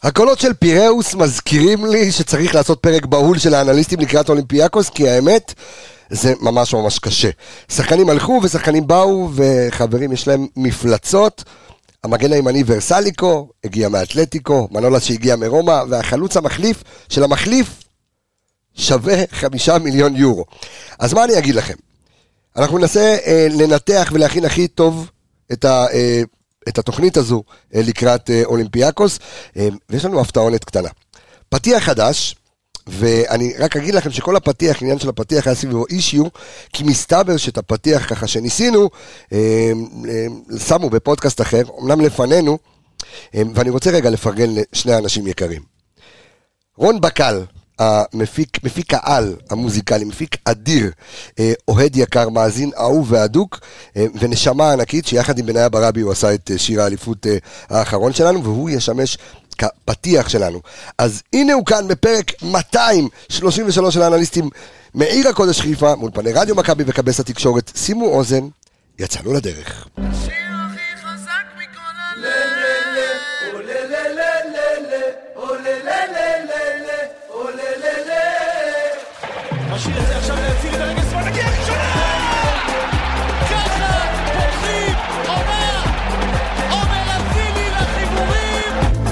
הקולות של פיראוס מזכירים לי שצריך לעשות פרק בהול של האנליסטים לקראת אולימפיאקוס, כי האמת זה ממש ממש קשה. שחקנים הלכו ושחקנים באו, וחברים יש להם מפלצות. המגן הימני ורסליקו הגיע מאתלטיקו, מנולה שהגיע מרומא, והחלוץ המחליף של המחליף שווה 5 מיליון יורו. אז מה אני אגיד לכם? אנחנו ננסה לנתח ולהכין הכי טוב את התוכנית הזו לקראת אולימפיאקוס, ויש לנו הפתעונת קטנה. פתיח חדש, ואני רק אגיד לכם שכל הפתיח, עניין של הפתיח היה סביבו אישיו, כי מסתבר שאת הפתיח ככה שניסינו, שמו בפודקאסט אחר, אמנם לפנינו, ואני רוצה רגע לפרגן לשני אנשים יקרים. רון בקל, מפיק העל המוזיקלי, מפיק אדיר, אוהד יקר, מאזין אהוב והדוק, ונשמה ענקית שיחד עם בניה ברבי הוא עשה את שיר האליפות האחרון שלנו, והוא ישמש כפתיח שלנו. אז הנה הוא כאן בפרק 233 של האנליסטים מעיר הקודש חיפה, מול פני רדיו מכבי וכבש התקשורת. שימו אוזן, יצאנו לדרך. השיר הזה עכשיו להציל את הרגע שמאל, נגיע ראשונה! ככה פותחים עומר אצילי לחיבורים!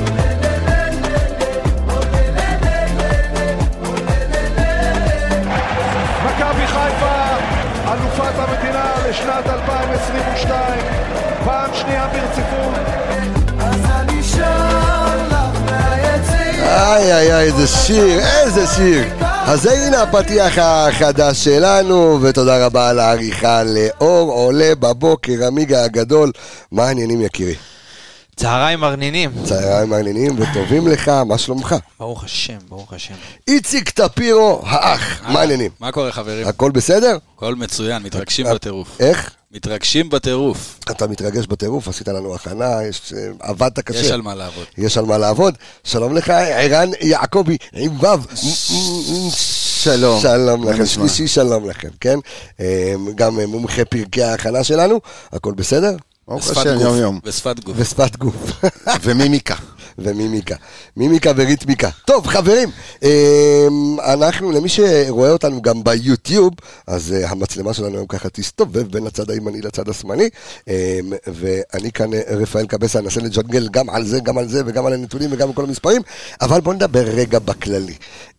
מכבי חיפה, אלופת המדינה לשנת 2022, פעם שנייה ברציפות. אז אני שר לך מהיציאה. איי, איזה שיר, איזה שיר. אז הנה הפתיח החדש שלנו, ותודה רבה על העריכה לאור עולה בבוקר, עמיגה הגדול. מה העניינים יקירי? צהריים מרנינים. צהריים מרנינים וטובים לך, מה שלומך? ברוך השם, ברוך השם. איציק טפירו האח, מה העניינים? מה קורה חברים? הכל בסדר? הכל מצוין, מתרגשים בטירוף. איך? מתרגשים בטירוף. אתה מתרגש בטירוף, עשית לנו הכנה, עבדת קשה. יש על מה לעבוד. יש על מה לעבוד. שלום לך, ערן יעקבי, עם וו. שלום. שלום לכם, שלישי שלום לכם, כן? גם מומחה פרקי ההכנה שלנו, הכל בסדר? ושפת גוף. ושפת גוף. ושפת גוף. ומימיקה. מימיקה וריתמיקה. טוב חברים, אנחנו למי שרואה אותנו גם ביוטיוב, אז המצלמה שלנו היום ככה תסתובב בין הצד הימני לצד השמאלי, ואני כאן רפאל קבסה אנסה לג'נגל גם על זה וגם על הנתונים וגם על כל המספרים, אבל בוא נדבר רגע בכללי.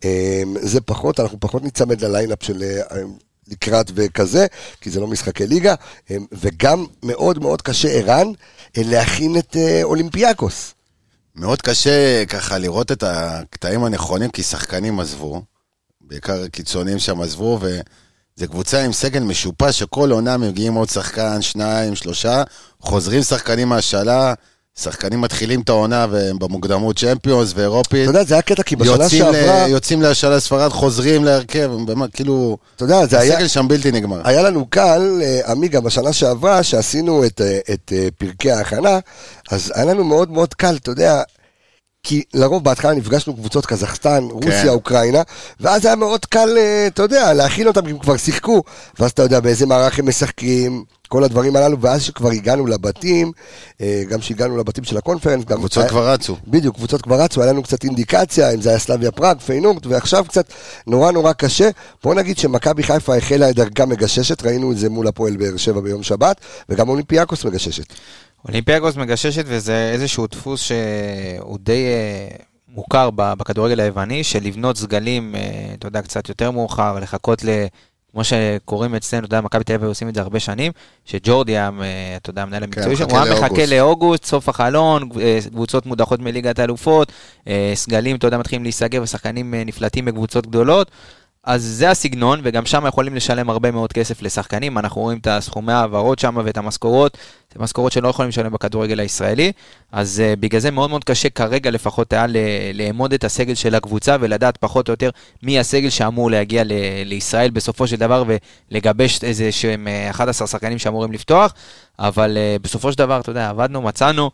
זה פחות, אנחנו פחות נצמד לליינאפ של לקראת וכזה, כי זה לא משחקי ליגה, וגם מאוד מאוד קשה ערן להכין את אולימפיאקוס. מאוד קשה ככה לראות את הקטעים הנכונים, כי שחקנים עזבו, בעיקר קיצונים שם עזבו, וזה קבוצה עם סגל משופע, שכל עונה מגיעים עוד שחקן, 2, 3, חוזרים שחקנים מהשאלה, שחקנים מתחילים את העונה במוקדמות צ'מפיונס ואירופית. אתה יודע, זה היה קטע, כי בשנה שעברה יוצאים להשאלה ספרד, חוזרים להרכב, כאילו, אתה יודע, זה הסגל שם בלתי נגמר. היה לנו קל, עמיגה, בשנה שעברה, שעשינו את פרקי ההכנה, אז היה לנו מאוד מאוד קל, אתה יודע, כי לרוב בהתחלה נפגשנו קבוצות קזחסטן, רוסיה, אוקראינה, ואז היה מאוד קל, אתה יודע, להכין אותם, כי הם כבר שיחקו, ואז אתה יודע באיזה מערך הם משחקים, כל הדברים הללו, ואז שכבר הגענו לבתים, גם שהגענו לבתים של הקונפרנס, קבוצות כבר רצו. בדיוק, קבוצות כבר רצו, היה לנו קצת אינדיקציה, אם זה היה סלאביה פראג, פיינורד, ועכשיו קצת נורא קשה. בואו נגיד שמכבי חיפה החלה את דרכה מגששת, ראינו את זה מול הפועל באר שבע ביום שבת, וגם אולימפיאקוס מגששת. אולימפיאקוס מגששת, וזה איזשהו דפוס שהוא די מוכר בכדורגל היווני, של לבנות סגלים, אתה יודע, קצת יותר מאוחר, לחכות כמו שקוראים אצלנו, אתה יודע, מכבי תל אביב עושים את זה הרבה שנים, שג'ורדי, אתה יודע, המנהל המקצועי, הוא מחכה לאוגוסט, סוף החלון, קבוצות מודחות מליגת האלופות, סגלים, אתה יודע, מתחילים להיסגר, ושחקנים נפלטים בקבוצות גדולות, אז זה הסגנון, וגם שם יכולים לשלם הרבה מאוד כסף לשחקנים, אנחנו רואים את הסכומי העברות שם ואת המשכורות, זה משכורות שלא יכולים לשלם בכדורגל הישראלי, אז בגלל זה מאוד מאוד קשה כרגע לפחות היה לאמוד את הסגל של הקבוצה, ולדעת פחות או יותר מי הסגל שאמור להגיע לישראל בסופו של דבר, ולגבש איזה שהם 11 שחקנים שאמורים לפתוח, אבל בסופו של דבר, אתה יודע, עבדנו, מצאנו,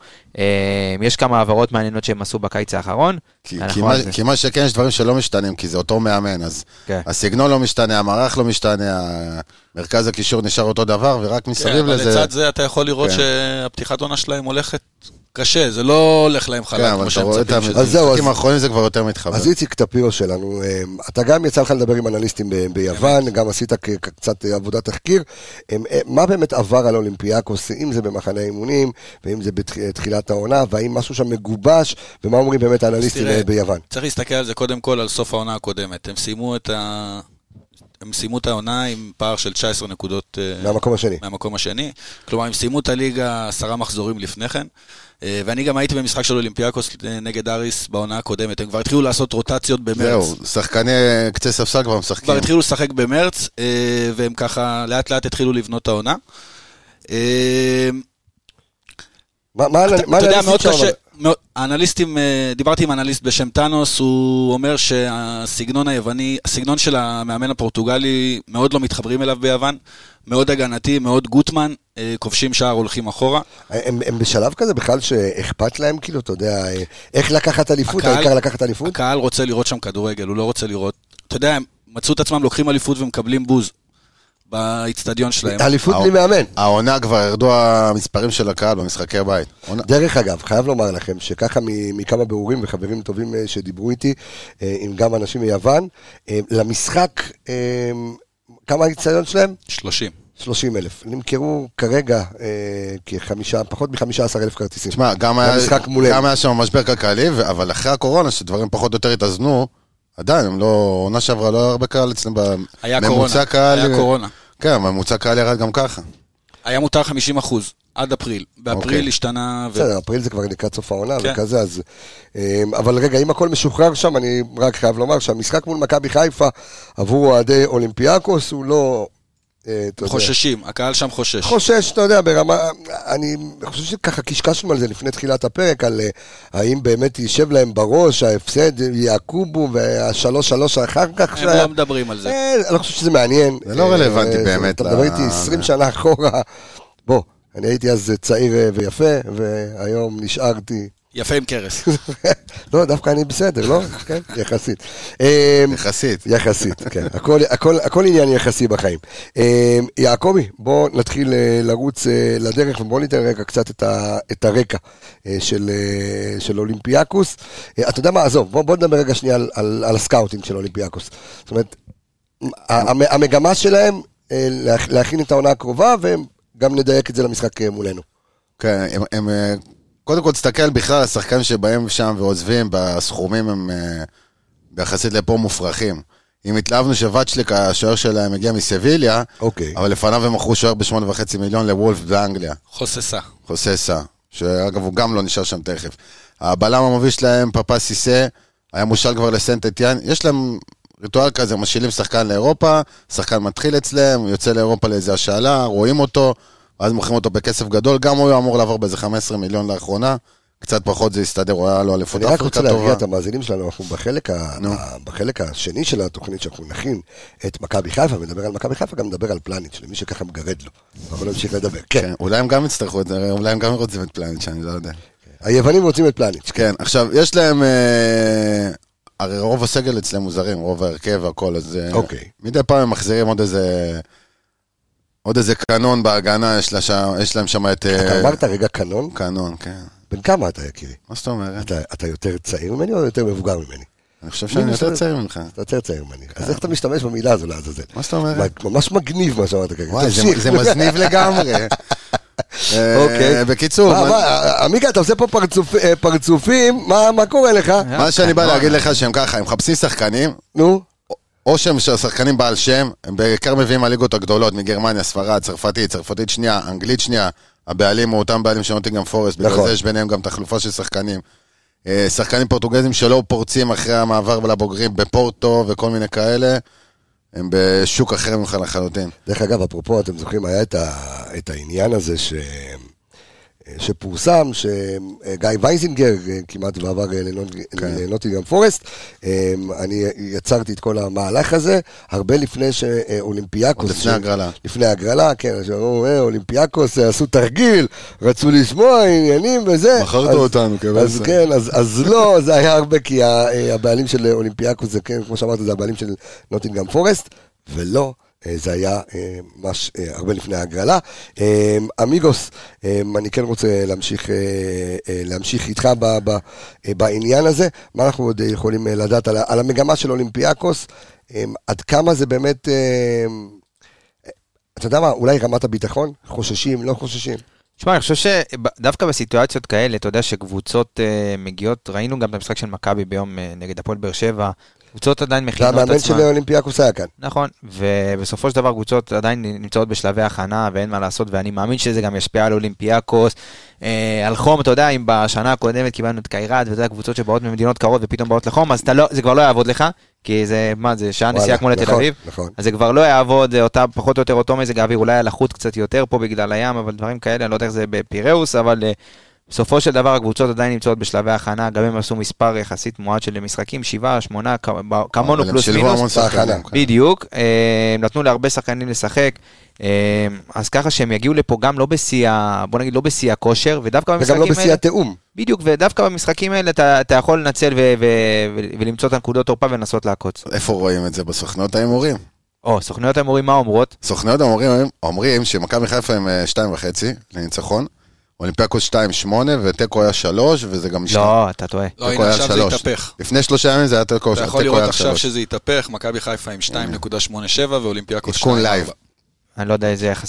יש כמה העברות מעניינות שהם עשו בקיץ האחרון. כי מה שכן, יש דברים שלא משתנים, כי זה אותו מאמן, אז הסגנון לא משתנה, המערך לא משתנה, מרכז הקישור נשאר אותו דבר, ורק מסביב לזה... לצד זה אתה יכול לראות שהפתיחת עונה שלהם הולכת קשה, זה לא הולך להם חלק, כמו שהם מצפים שזה. אז זהו, המשחקים האחרונים זה כבר יותר מתחבר. אז איציק טפירו שלנו, אתה גם יצא לך לדבר עם אנליסטים ביוון, גם עשית קצת עבודת תחקיר, מה באמת עבר על אולימפיאקוס, אם זה במחנה האימונים, ואם זה בתחילת העונה, והאם משהו שם מגובש, ומה אומרים באמת האנליסטים ביוון? צריך להסתכל על זה קודם כל על סוף העונה הקודמת, הם סיימו את העונה עם פער של 19 נקודות מהמקום השני, כלומר הם סיימו את הליגה 10 מחזורים לפני כן, ואני גם הייתי במשחק של אולימפיאקוס נגד אריס בעונה הקודמת, הם כבר התחילו לעשות רוטציות במרץ. זהו, שחקני קצה ספסל כבר משחקים. כבר התחילו לשחק במרץ, והם ככה לאט לאט התחילו לבנות את העונה. אתה יודע, מאוד קשה, האנליסטים, דיברתי עם אנליסט בשם טאנוס, הוא אומר שהסגנון היווני, הסגנון של המאמן הפורטוגלי מאוד לא מתחברים אליו ביוון, מאוד הגנתי, מאוד גוטמן, כובשים שער, הולכים אחורה. הם בשלב כזה בכלל שאכפת להם, כאילו, אתה יודע, איך לקחת אליפות, העיקר לקחת אליפות? הקהל רוצה לראות שם כדורגל, הוא לא רוצה לראות, אתה יודע, הם מצאו את עצמם, לוקחים אליפות ומקבלים בוז. באצטדיון שלהם. אליפות בלי מאמן. העונה כבר ירדו המספרים של הקהל במשחקי הבית. דרך אגב, חייב לומר לכם שככה מכמה בירורים וחברים טובים שדיברו איתי, עם גם אנשים מיוון, למשחק, כמה האצטדיון שלהם? 30,000. נמכרו כרגע פחות מ-15,000 כרטיסים. תשמע, גם היה שם משבר כלכלי, אבל אחרי הקורונה, שדברים פחות או יותר התאזנו, עדיין, הם לא, עונה שעברה, לא הרבה קהל אצלם, היה קורונה. כן, ממוצע קהל ירד גם ככה. היה מותר 50% עד אפריל. באפריל השתנה... בסדר, אפריל זה כבר לקראת סוף העונה וכזה, אז... אבל רגע, אם הכל משוחרר שם, אני רק חייב לומר שהמשחק מול מכבי חיפה עבור אוהדי אולימפיאקוס הוא לא... חוששים, הקהל שם חושש. חושש, אתה יודע, ברמה, אני חושב שככה קשקשנו על זה לפני תחילת הפרק, על האם באמת יישב להם בראש, ההפסד יעקובו, וה3-3 אחר כך. הם לא מדברים על זה. אני חושב שזה מעניין. זה לא רלוונטי באמת. אתה מדבר איתי 20 שנה אחורה, בוא, אני הייתי אז צעיר ויפה, והיום נשארתי... יפה עם קרס. לא, דווקא אני בסדר, לא? כן, יחסית. יחסית, כן. הכל עניין יחסי בחיים. יעקבי, בוא נתחיל לרוץ לדרך, ובוא ניתן רגע קצת את הרקע של אולימפיאקוס. אתה יודע מה, עזוב, בוא נדבר רגע שנייה על הסקאוטינג של אולימפיאקוס. זאת אומרת, המגמה שלהם להכין את העונה הקרובה, וגם נדייק את זה למשחק מולנו. כן, הם... קודם כל תסתכל בכלל, השחקנים שבאים שם ועוזבים, בסכומים הם ביחסית לפה מופרכים. אם התלהבנו שוואצ'ליק, השוער שלהם הגיע מסביליה, אבל לפניו הם מכרו שוער ב8.5 מיליון לוולף באנגליה. חוססה, שאגב הוא גם לא נשאר שם תכף. הבלם המוביל שלהם, פאפה סיסה, היה מושל כבר לסנט אתיין, יש להם ריטואל כזה, משילים שחקן לאירופה, שחקן מתחיל אצלם, יוצא לאירופה לאיזה השאלה, רואים אותו, אז מוכרים אותו בכסף גדול, גם הוא אמור לעבור באיזה 15 מיליון לאחרונה, קצת פחות זה יסתדר, הוא היה לו אליפות אפריקה טובה. אני רק רוצה להרגיע את המאזינים שלנו, אנחנו בחלק השני של התוכנית שאנחנו נכין את מכבי חיפה, ונדבר על מכבי חיפה, גם נדבר על פלניץ', למי שככה מגרד לו. אנחנו לא נמשיך לדבר. כן. אולי הם גם יצטרכו את זה, אולי הם גם רוצים את פלניץ', אני לא יודע. היוונים רוצים את פלניץ'. כן, עכשיו, יש להם, הרי רוב הסגל אצלם מוזרים, רוב ההרכב והכל, אז מדי פעם הם מחזירים עוד איזה קנון בהגנה, יש להם שם את... אתה אמרת רגע קנון? קנון, כן. בן כמה אתה, יקירי? מה זאת אומרת? אתה יותר צעיר ממני או יותר מבוגר ממני? אני חושב שאני יותר צעיר ממך. אתה יותר צעיר ממני. אז איך אתה משתמש במילה הזו לעזאזל? מה זאת אומרת? ממש מגניב מה שאמרת כרגע. וואי, זה מזניב לגמרי. בקיצור... עמיקה, אתה עושה פה פרצופים, מה קורה לך? מה שאני בא להגיד לך שהם ככה, הם מחפשים שחקנים. נו? או שהם שחקנים בעל שם, הם בעיקר מביאים הליגות הגדולות, מגרמניה, ספרד, צרפתית שנייה, אנגלית שנייה, הבעלים הוא אותם בעלים של נוטינגהאם פורסט, בגלל זה יש ביניהם גם תחלופה של שחקנים. שחקנים פורטוגזים שלא פורצים אחרי המעבר לבוגרים בפורטו וכל מיני כאלה, הם בשוק אחר ממך לחלוטין. דרך אגב, אפרופו, אתם זוכרים, היה את העניין הזה שפורסם, שגיא וייזינגר כמעט ועבר לנוטינגהאם פורסט, אני יצרתי את כל המהלך הזה, הרבה לפני שאולימפיאקוס... לפני הגרלה, כן, אולימפיאקוס עשו תרגיל, רצו לשמוע עניינים וזה. מכרת אותנו, אז כן, אז לא, זה היה הרבה, כי הבעלים של אולימפיאקוס, זה כן, כמו שאמרת, זה הבעלים של נוטינגהאם פורסט, ולא, זה היה ממש הרבה לפני ההגרלה. אמיגוס, אני כן רוצה להמשיך איתך בעניין הזה. מה אנחנו עוד יכולים לדעת על המגמה של אולימפיאקוס? עד כמה זה באמת, אתה יודע מה, אולי רמת הביטחון? חוששים, לא חוששים? תשמע, אני חושב שדווקא בסיטואציות כאלה, אתה יודע שקבוצות מגיעות, ראינו גם את המשחק של מכבי ביום נגד הפועל באר שבע, קבוצות עדיין מכינות עצמן. והמאמן של אולימפיאקוס היה כאן. נכון, ובסופו של דבר קבוצות עדיין נמצאות בשלבי הכנה, ואין מה לעשות, ואני מאמין שזה גם ישפיע על אולימפיאקוס. על חום, אתה יודע, אם בשנה הקודמת קיבלנו את קיירת, וזה הקבוצות שבאות ממדינות קרות ופתאום באות לחום, אז זה כבר לא יעבוד לך, כי זה, מה, זה שעה נסיעה כמו לתל אביב, אז זה כבר לא יעבוד, פחות או יותר אותו מזג האוויר, אולי הלחות קצת יותר פה בגלל הים, אבל דברים כאלה, אני לא יודע איך זה בפיראוס, אבל בסופו של דבר הקבוצות עדיין נמצאות בשלבי ההכנה, גם הם עשו מספר יחסית מועט של משחקים, 7, 8, כמונו פלוס מינוס, בדיוק, נתנו להרבה שחקנים לשחק, אז ככה שהם יגיעו לפה גם לא בשיא, בוא נגיד לא בשיא הכושר, ודווקא במשחקים האלה, וגם לא בשיא התאום. בדיוק, ודווקא במשחקים האלה אתה יכול לנצל ולמצוא את הנקודות תורפה ולנסות לעקוץ. איפה רואים את זה? בסוכניות ההימורים. סוכניות ההימורים מה אומרות? סוכניות ההימורים אומרים שמכבי חיפה עם 2.5 לניצחון, אולימפיאקוס 2.8 וטקו היה 3 וזה גם לא, אתה טועה. לא, הנה עכשיו זה יתהפך. לפני 3 ימים זה היה טקו היה 3. אתה יכול לראות עכשיו שזה יתהפך, מכבי חיפה עם 2.87 ואולימפיאקוס 2.4. אני לא יודע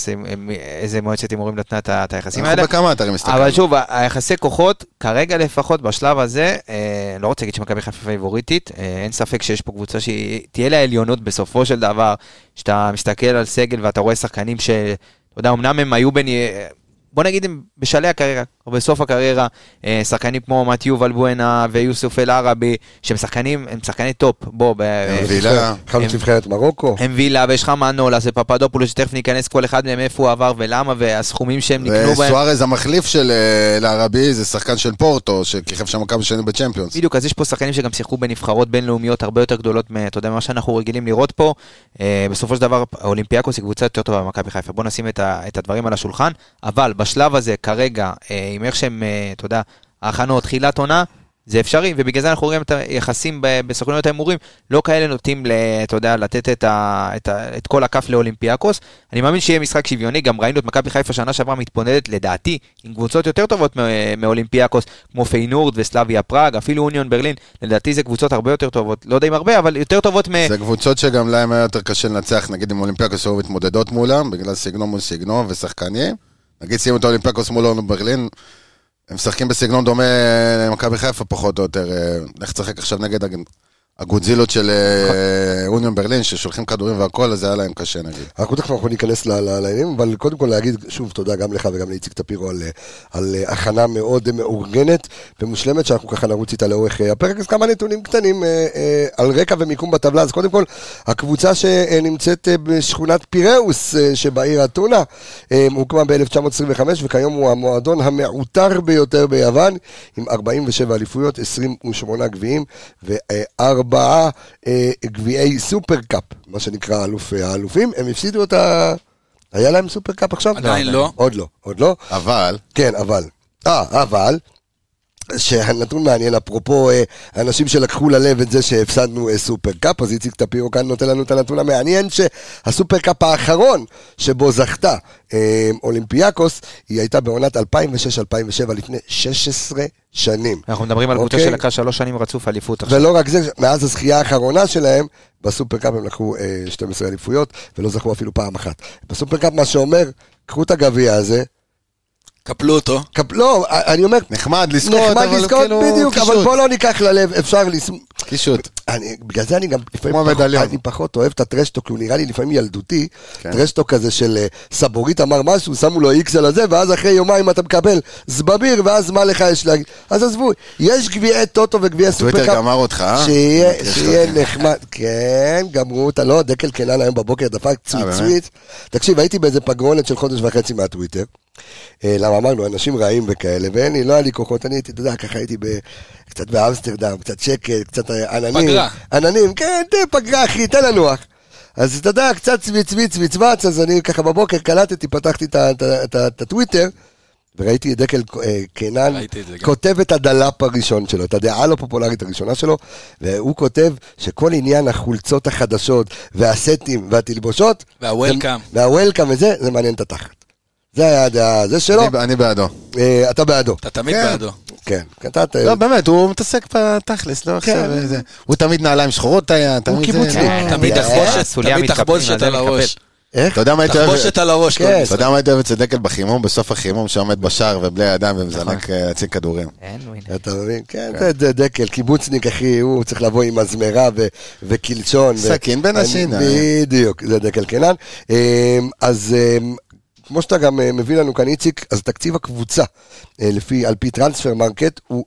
איזה מועצת הימורים נתנה את היחסים האלה. אנחנו בכמה אתרים מסתכלים. אבל שוב, היחסי כוחות, כרגע לפחות בשלב הזה, לא רוצה להגיד שמכבי חיפה פייבוריטית, אין ספק שיש פה קבוצה שתהיה לה עליונות בסופו של דבר, שאתה מסתכל על סגל ואתה רואה שחקנים אתה יודע, אמנם הם היו בוא נגיד בשלהי הקריירה, או בסוף הקריירה, שחקנים כמו מתיו ולבואנה ויוסוף אל-ערבי, שהם שחקנים, הם שחקני טופ, בוא, וילה, חלוץ נבחרת מרוקו. הם וילה, ויש לך מנולה, זה פפדופולוס, שתכף ניכנס כל אחד מהם איפה הוא עבר ולמה, והסכומים שהם נקנו בהם. וסוארז המחליף של אל-ערבי, זה שחקן של פורטו, שכיכב שם כמה שנים בצ'מפיונס. בדיוק, אז יש פה שחקנים שגם שיחקו בנבחרות בינלאומיות הרבה יותר גדולות, אתה יודע מה שאנחנו רגילים לראות פה. בסופו של דבר, האולימפיאקוס היא קבוצה יותר טובה במכבי חיפה. בוא נשים את הדברים על השולחן, אבל בשלב הזה, כרגע, עם איך שהם, אתה יודע, ההכנות, תחילת עונה, זה אפשרי, ובגלל זה אנחנו רואים את היחסים בסוכנויות ההימורים, לא כאלה נוטים, אתה יודע, לתת את כל הכף לאולימפיאקוס. אני מאמין שיהיה משחק שוויוני, גם ראינו את מכבי חיפה שנה שעברה מתפונדת, לדעתי, עם קבוצות יותר טובות מאולימפיאקוס, כמו פיינורד וסלאביה פראג, אפילו אוניון ברלין, לדעתי זה קבוצות הרבה יותר טובות, לא יודע אם הרבה, אבל יותר טובות זה קבוצות שגם להם היה יותר קשה לנצח, נגיד עם אולימפיאקוס היו מתמודדות מולם, בגלל סגנון מול סגנון ושחקנים. נגיד שימו את האולימפיאקוס מול אוניון ברלין, הם משחקים בסגנון דומה למכבי חיפה פחות או יותר, איך צחק עכשיו נגד הגודזילות של אוניון ברלין, ששולחים כדורים והכל, אז זה היה להם קשה נגיד. אנחנו תכף אנחנו ניכנס לעניינים, אבל קודם כל להגיד שוב תודה גם לך וגם לאיציק טפירו על הכנה מאוד מאורגנת ומושלמת, שאנחנו ככה נרוץ איתה לאורך הפרק. אז כמה נתונים קטנים על רקע ומיקום בטבלה. אז קודם כל, הקבוצה שנמצאת בשכונת פיראוס שבעיר אתונה, הוקמה ב-1925, וכיום הוא המועדון המעוטר ביותר ביוון, עם 47 אליפויות, 28 גביעים ו4 גביעי סופר קאפ, מה שנקרא אלוף האלופים. הם הפסידו היה להם סופר קאפ עכשיו? עדיין לא. עוד לא. אבל. כן, אבל, שהנתון מעניין, אפרופו אנשים שלקחו ללב את זה שהפסדנו סופר קאפ, אז איציק טפירו כאן נותן לנו את הנתון המעניין, שהסופר קאפ האחרון שבו זכתה אולימפיאקוס, היא הייתה בעונת 2006-2007 לפני 16 שנים. אנחנו מדברים על קבוצה שלקחה 3 שנים רצוף אליפות עכשיו. ולא רק זה, מאז הזכייה האחרונה שלהם, בסופר קאפ הם לקחו 12 אליפויות, ולא זכו אפילו פעם אחת. בסופר קאפ מה שאומר, קחו את הגביע הזה, קפלו אותו. לא, אני אומר, נחמד לזכות, אבל כאילו בדיוק, קישוט. אבל בוא לא ניקח ללב, אפשר קישוט. בגלל זה אני גם אני פחות אוהב את הטרשטוק, כי הוא נראה לי לפעמים ילדותי, טרשטוק כזה של סבורית אמר משהו, שמו לו איקס על הזה, ואז אחרי יומיים אתה מקבל זבביר, ואז מה לך יש להגיד? אז עזבו, יש גביעי טוטו וגביעי סופר טוויטר גמר אותך, שיהיה נחמד, כן, גמרו אותה, לא, דקל קנן היום בבוקר דפק צוויץ, תקשיב, הייתי באיזה פגרונת של חודש וחצי מהטוויטר, למה אמרנו, אנשים רעים וכאלה, ואין לא היה לי כוחות, אני הייתי, אתה יודע, ככה הייתי קצת באמסטרדם, קצת שקט, קצת עננים, כן, פגרה, אחי, תן לנוח. אז אתה יודע, קצת צוויץ, אז אני ככה בבוקר קלטתי, פתחתי את הטוויטר, וראיתי את דקל קינן ראיתי את זה גם. כותב את הדלאפ הראשון שלו, את הדעה הלא פופולרית הראשונה שלו, והוא כותב שכל עניין החולצות החדשות, והסטים והתלבושות, והוולקאם וזה, זה מעניין את התחת. זה היה הדעה, זה שלו. אני בעדו. אתה בעדו. אתה תמיד בעדו. כן. לא, באמת, הוא מתעסק בתכלס, לא עכשיו. הוא תמיד נעליים שחורות היה, הוא קיבוצניק. תמיד תחבושת על הראש. איך? אתה יודע מה הייתי אוהב? תחבושת על הראש. כן. אתה יודע מה הייתי אוהב אצל דקל בחימום, בסוף החימום שעומד בשער ובלי הידיים ומזנק להציג כדורים. אתה מבין? כן, זה דקל, קיבוצניק אחי, הוא צריך לבוא עם הזמרה וקלשון. סכין בין השיניים. בדיוק, זה דקל קינן. אז כמו שאתה גם מביא לנו כאן איציק, אז תקציב הקבוצה, על פי טרנספר מרקט, הוא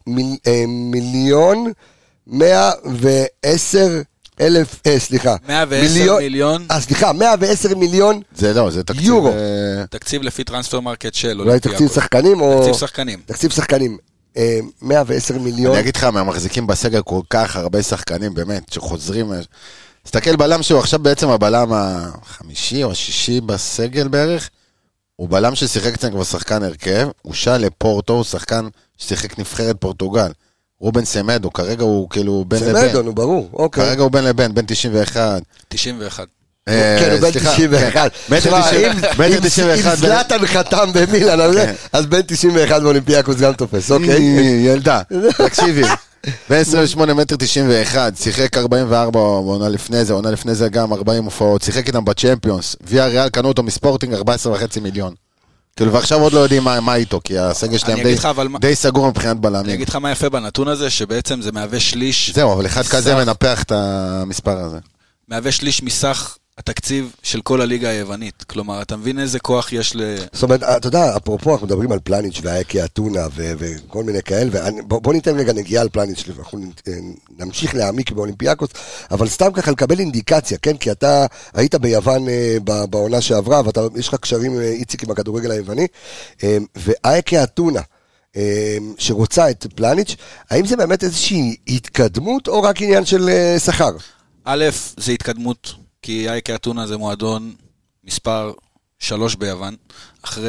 110 מיליון זה לא, זה תקציב יורו. תקציב לפי טרנספר מרקט של אולי תקציב שחקנים או... תקציב שחקנים. תקציב שחקנים. 110 מיליון. אני אגיד לך, מהמחזיקים בסגל כל כך הרבה שחקנים, באמת, שחוזרים... תסתכל בלם שהוא עכשיו בעצם הבלם החמישי או השישי בסגל בערך, הוא בלם ששיחק אצלנו כבר שחקן הרכב, הוא שע לפורטו, הוא שחקן ששיחק נבחרת פורטוגל. רובן סמדו, כרגע הוא כאילו בן לבן. סמדו, נו ברור, אוקיי. כרגע הוא בן לבן, בן 91. 91. כן, הוא בן 91. בן 91. אם זלאטן חתם במילאן, אז בן 91 באולימפיאקוס גם תופס, אוקיי? ילדה, תקשיבי. בן 28 מטר 91, שיחק 44 עונה לפני זה גם 40 הופעות, שיחק איתם בצ'מפיונס, ויה ריאל קנו אותו מספורטינג 14.5 מיליון. כאילו, ועכשיו עוד לא יודעים מה איתו, כי הסגל שלהם די סגור מבחינת בלמים. אני אגיד לך מה יפה בנתון הזה, שבעצם זה מהווה שליש... זהו, אבל אחד כזה מנפח את המספר הזה. מהווה שליש מסך התקציב של כל הליגה היוונית. כלומר, אתה מבין איזה כוח יש זאת אומרת, אתה יודע, אפרופו, אנחנו מדברים על פלניץ' והאקי אתונה וכל מיני כאלה, ובוא ניתן רגע נגיעה על פלניץ', אנחנו נמשיך להעמיק באולימפיאקוס, אבל סתם ככה לקבל אינדיקציה, כן? כי אתה היית ביוון בעונה שעברה, ויש לך קשרים איציק עם הכדורגל היווני, והאקי אתונה, שרוצה את פלניץ', האם זה באמת איזושהי התקדמות, או רק עניין של שכר? א', זה התקדמות, כי אייקה אתונה זה מועדון מספר 3 ביוון, אחרי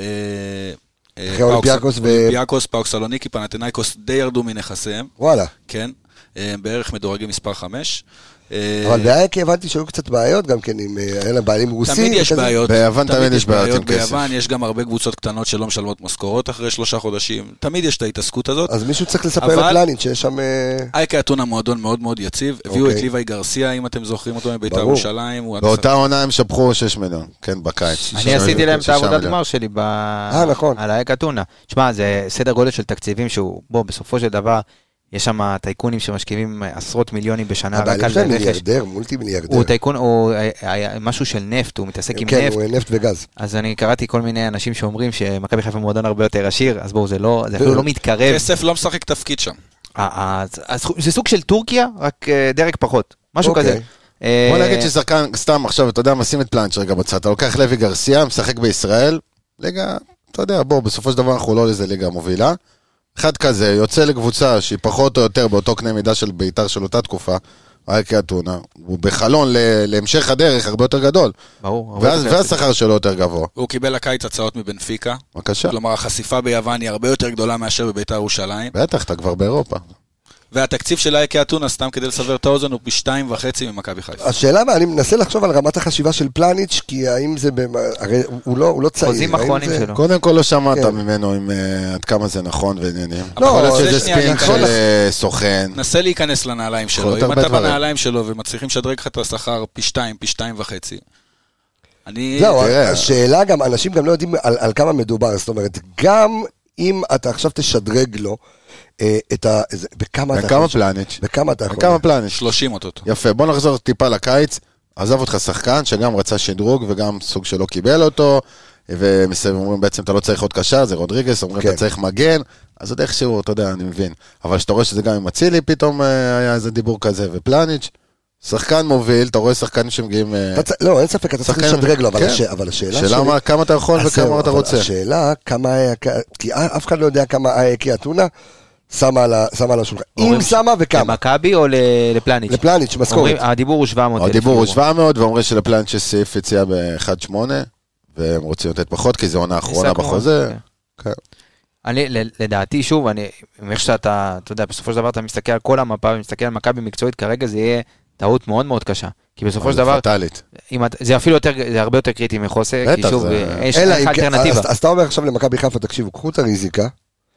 אולימפיאקוס, פאוק סלוניקי, פנתנייקוס די ירדו מנכסיהם. וואלה. כן, בערך מדורגים מספר 5. אבל באייקה הבנתי שהיו קצת בעיות גם כן עם אלה בעלים רוסים. תמיד יש בעיות. ביוון תמיד יש בעיות עם כסף. ביוון יש גם הרבה קבוצות קטנות שלא משלמות משכורות אחרי 3 חודשים. תמיד יש את ההתעסקות הזאת. אז מישהו צריך לספר לפלניץ' שיש שם... אייקה אתונה מועדון מאוד מאוד יציב. הביאו את ליוואי גרסיה, אם אתם זוכרים אותו מבית"ר ירושלים. באותה עונה הם שפכו 6 מיליון, כן, בקיץ. אני עשיתי להם את העבודת גמר שלי על אייקה אתונה. שמע, זה סדר גודל של תקציבים שהוא, בוא, בסופו של דבר יש שם טייקונים שמשקיעים עשרות מיליונים בשנה. הבעלים שלהם מיליארדר, מולטי מיליארדר. הוא טייקון, הוא משהו של נפט, הוא מתעסק עם נפט. כן, הוא נפט וגז. אז אני קראתי כל מיני אנשים שאומרים שמכבי חיפה מועדון הרבה יותר עשיר, אז בואו, זה אפילו לא מתקרב. כסף לא משחק תפקיד שם. זה סוג של טורקיה, רק דרג פחות. משהו כזה. בוא נגיד ששחקן, סתם עכשיו, אתה יודע, שים את פלנץ' רגע בצד, אתה לוקח לוי גרסיה, משחק בישראל, ליגה, אתה יודע, בוא, בסופו של דבר אנחנו לא לזה ליגה מובילה. אחד כזה, יוצא לקבוצה שהיא פחות או יותר באותו קנה מידה של בית"ר של אותה תקופה, אייקה אתונה, הוא בחלון להמשך הדרך הרבה יותר גדול. ברור. והשכר שלו יותר גבוה. הוא קיבל לקיץ הצעות מבנפיקה. בבקשה. כלומר, החשיפה ביוון היא הרבה יותר גדולה מאשר בבית"ר ירושלים. בטח, אתה כבר באירופה. והתקציב של אייקה אתונה, סתם כדי לסבר את האוזן, הוא פי 2.5 ממכבי חיפה. השאלה, אני מנסה לחשוב על רמת החשיבה של פלניץ', כי האם זה, הרי הוא לא צעיר. חוזים אחרונים שלו. קודם כל לא שמעת ממנו עד כמה זה נכון ועניינים. לא, יכול להיות שזה ספינג של סוכן. נסה להיכנס לנעליים שלו. אם אתה בנעליים שלו ומצליחים לשדרג לך את השכר פי 2, פי 2.5. זהו, השאלה גם, אנשים גם לא יודעים על כמה מדובר. זאת אומרת, גם אם אתה עכשיו תשדרג לו, בכמה פלניץ'? בכמה פלניץ'? 30 אותו. יפה, בוא נחזור טיפה לקיץ, עזב אותך שחקן שגם רצה שדרוג וגם סוג שלא קיבל אותו, ואומרים בעצם אתה לא צריך עוד קשר, זה רודריגס, אומרים אתה צריך מגן, אז עוד איכשהו, אתה יודע, אני מבין. אבל שאתה רואה שזה גם עם אצילי, פתאום היה איזה דיבור כזה, ופלניץ', שחקן מוביל, אתה רואה שחקנים שמגיעים... לא, אין ספק, אתה צריך לשדרג לו, אבל השאלה... שאלה כמה אתה יכול וכמה אתה רוצה. השאלה, כי אף אחד לא יודע כמה אייקה אתונה שמה על השולחן. אם שמה וכמה. למכבי או לפלניץ'? לפלניץ', משכורת. הדיבור הוא 700. הדיבור הוא 700, ואומרים שלפלניץ' יש סעיף יציאה ב-1.8, והם רוצים לתת פחות, כי זה עונה אחרונה בחוזה. אני, לדעתי, שוב, איך שאתה, אתה יודע, בסופו של דבר אתה מסתכל על כל המפה, ומסתכל על מכבי מקצועית, כרגע זה יהיה טעות מאוד מאוד קשה. כי בסופו של דבר, זה אפילו יותר, זה הרבה יותר קריטי מחוסה, כי שוב, יש לך אלטרנטיבה. אז אתה אומר עכשיו למכבי חיפה, תקשיבו, קחו את הריזיקה,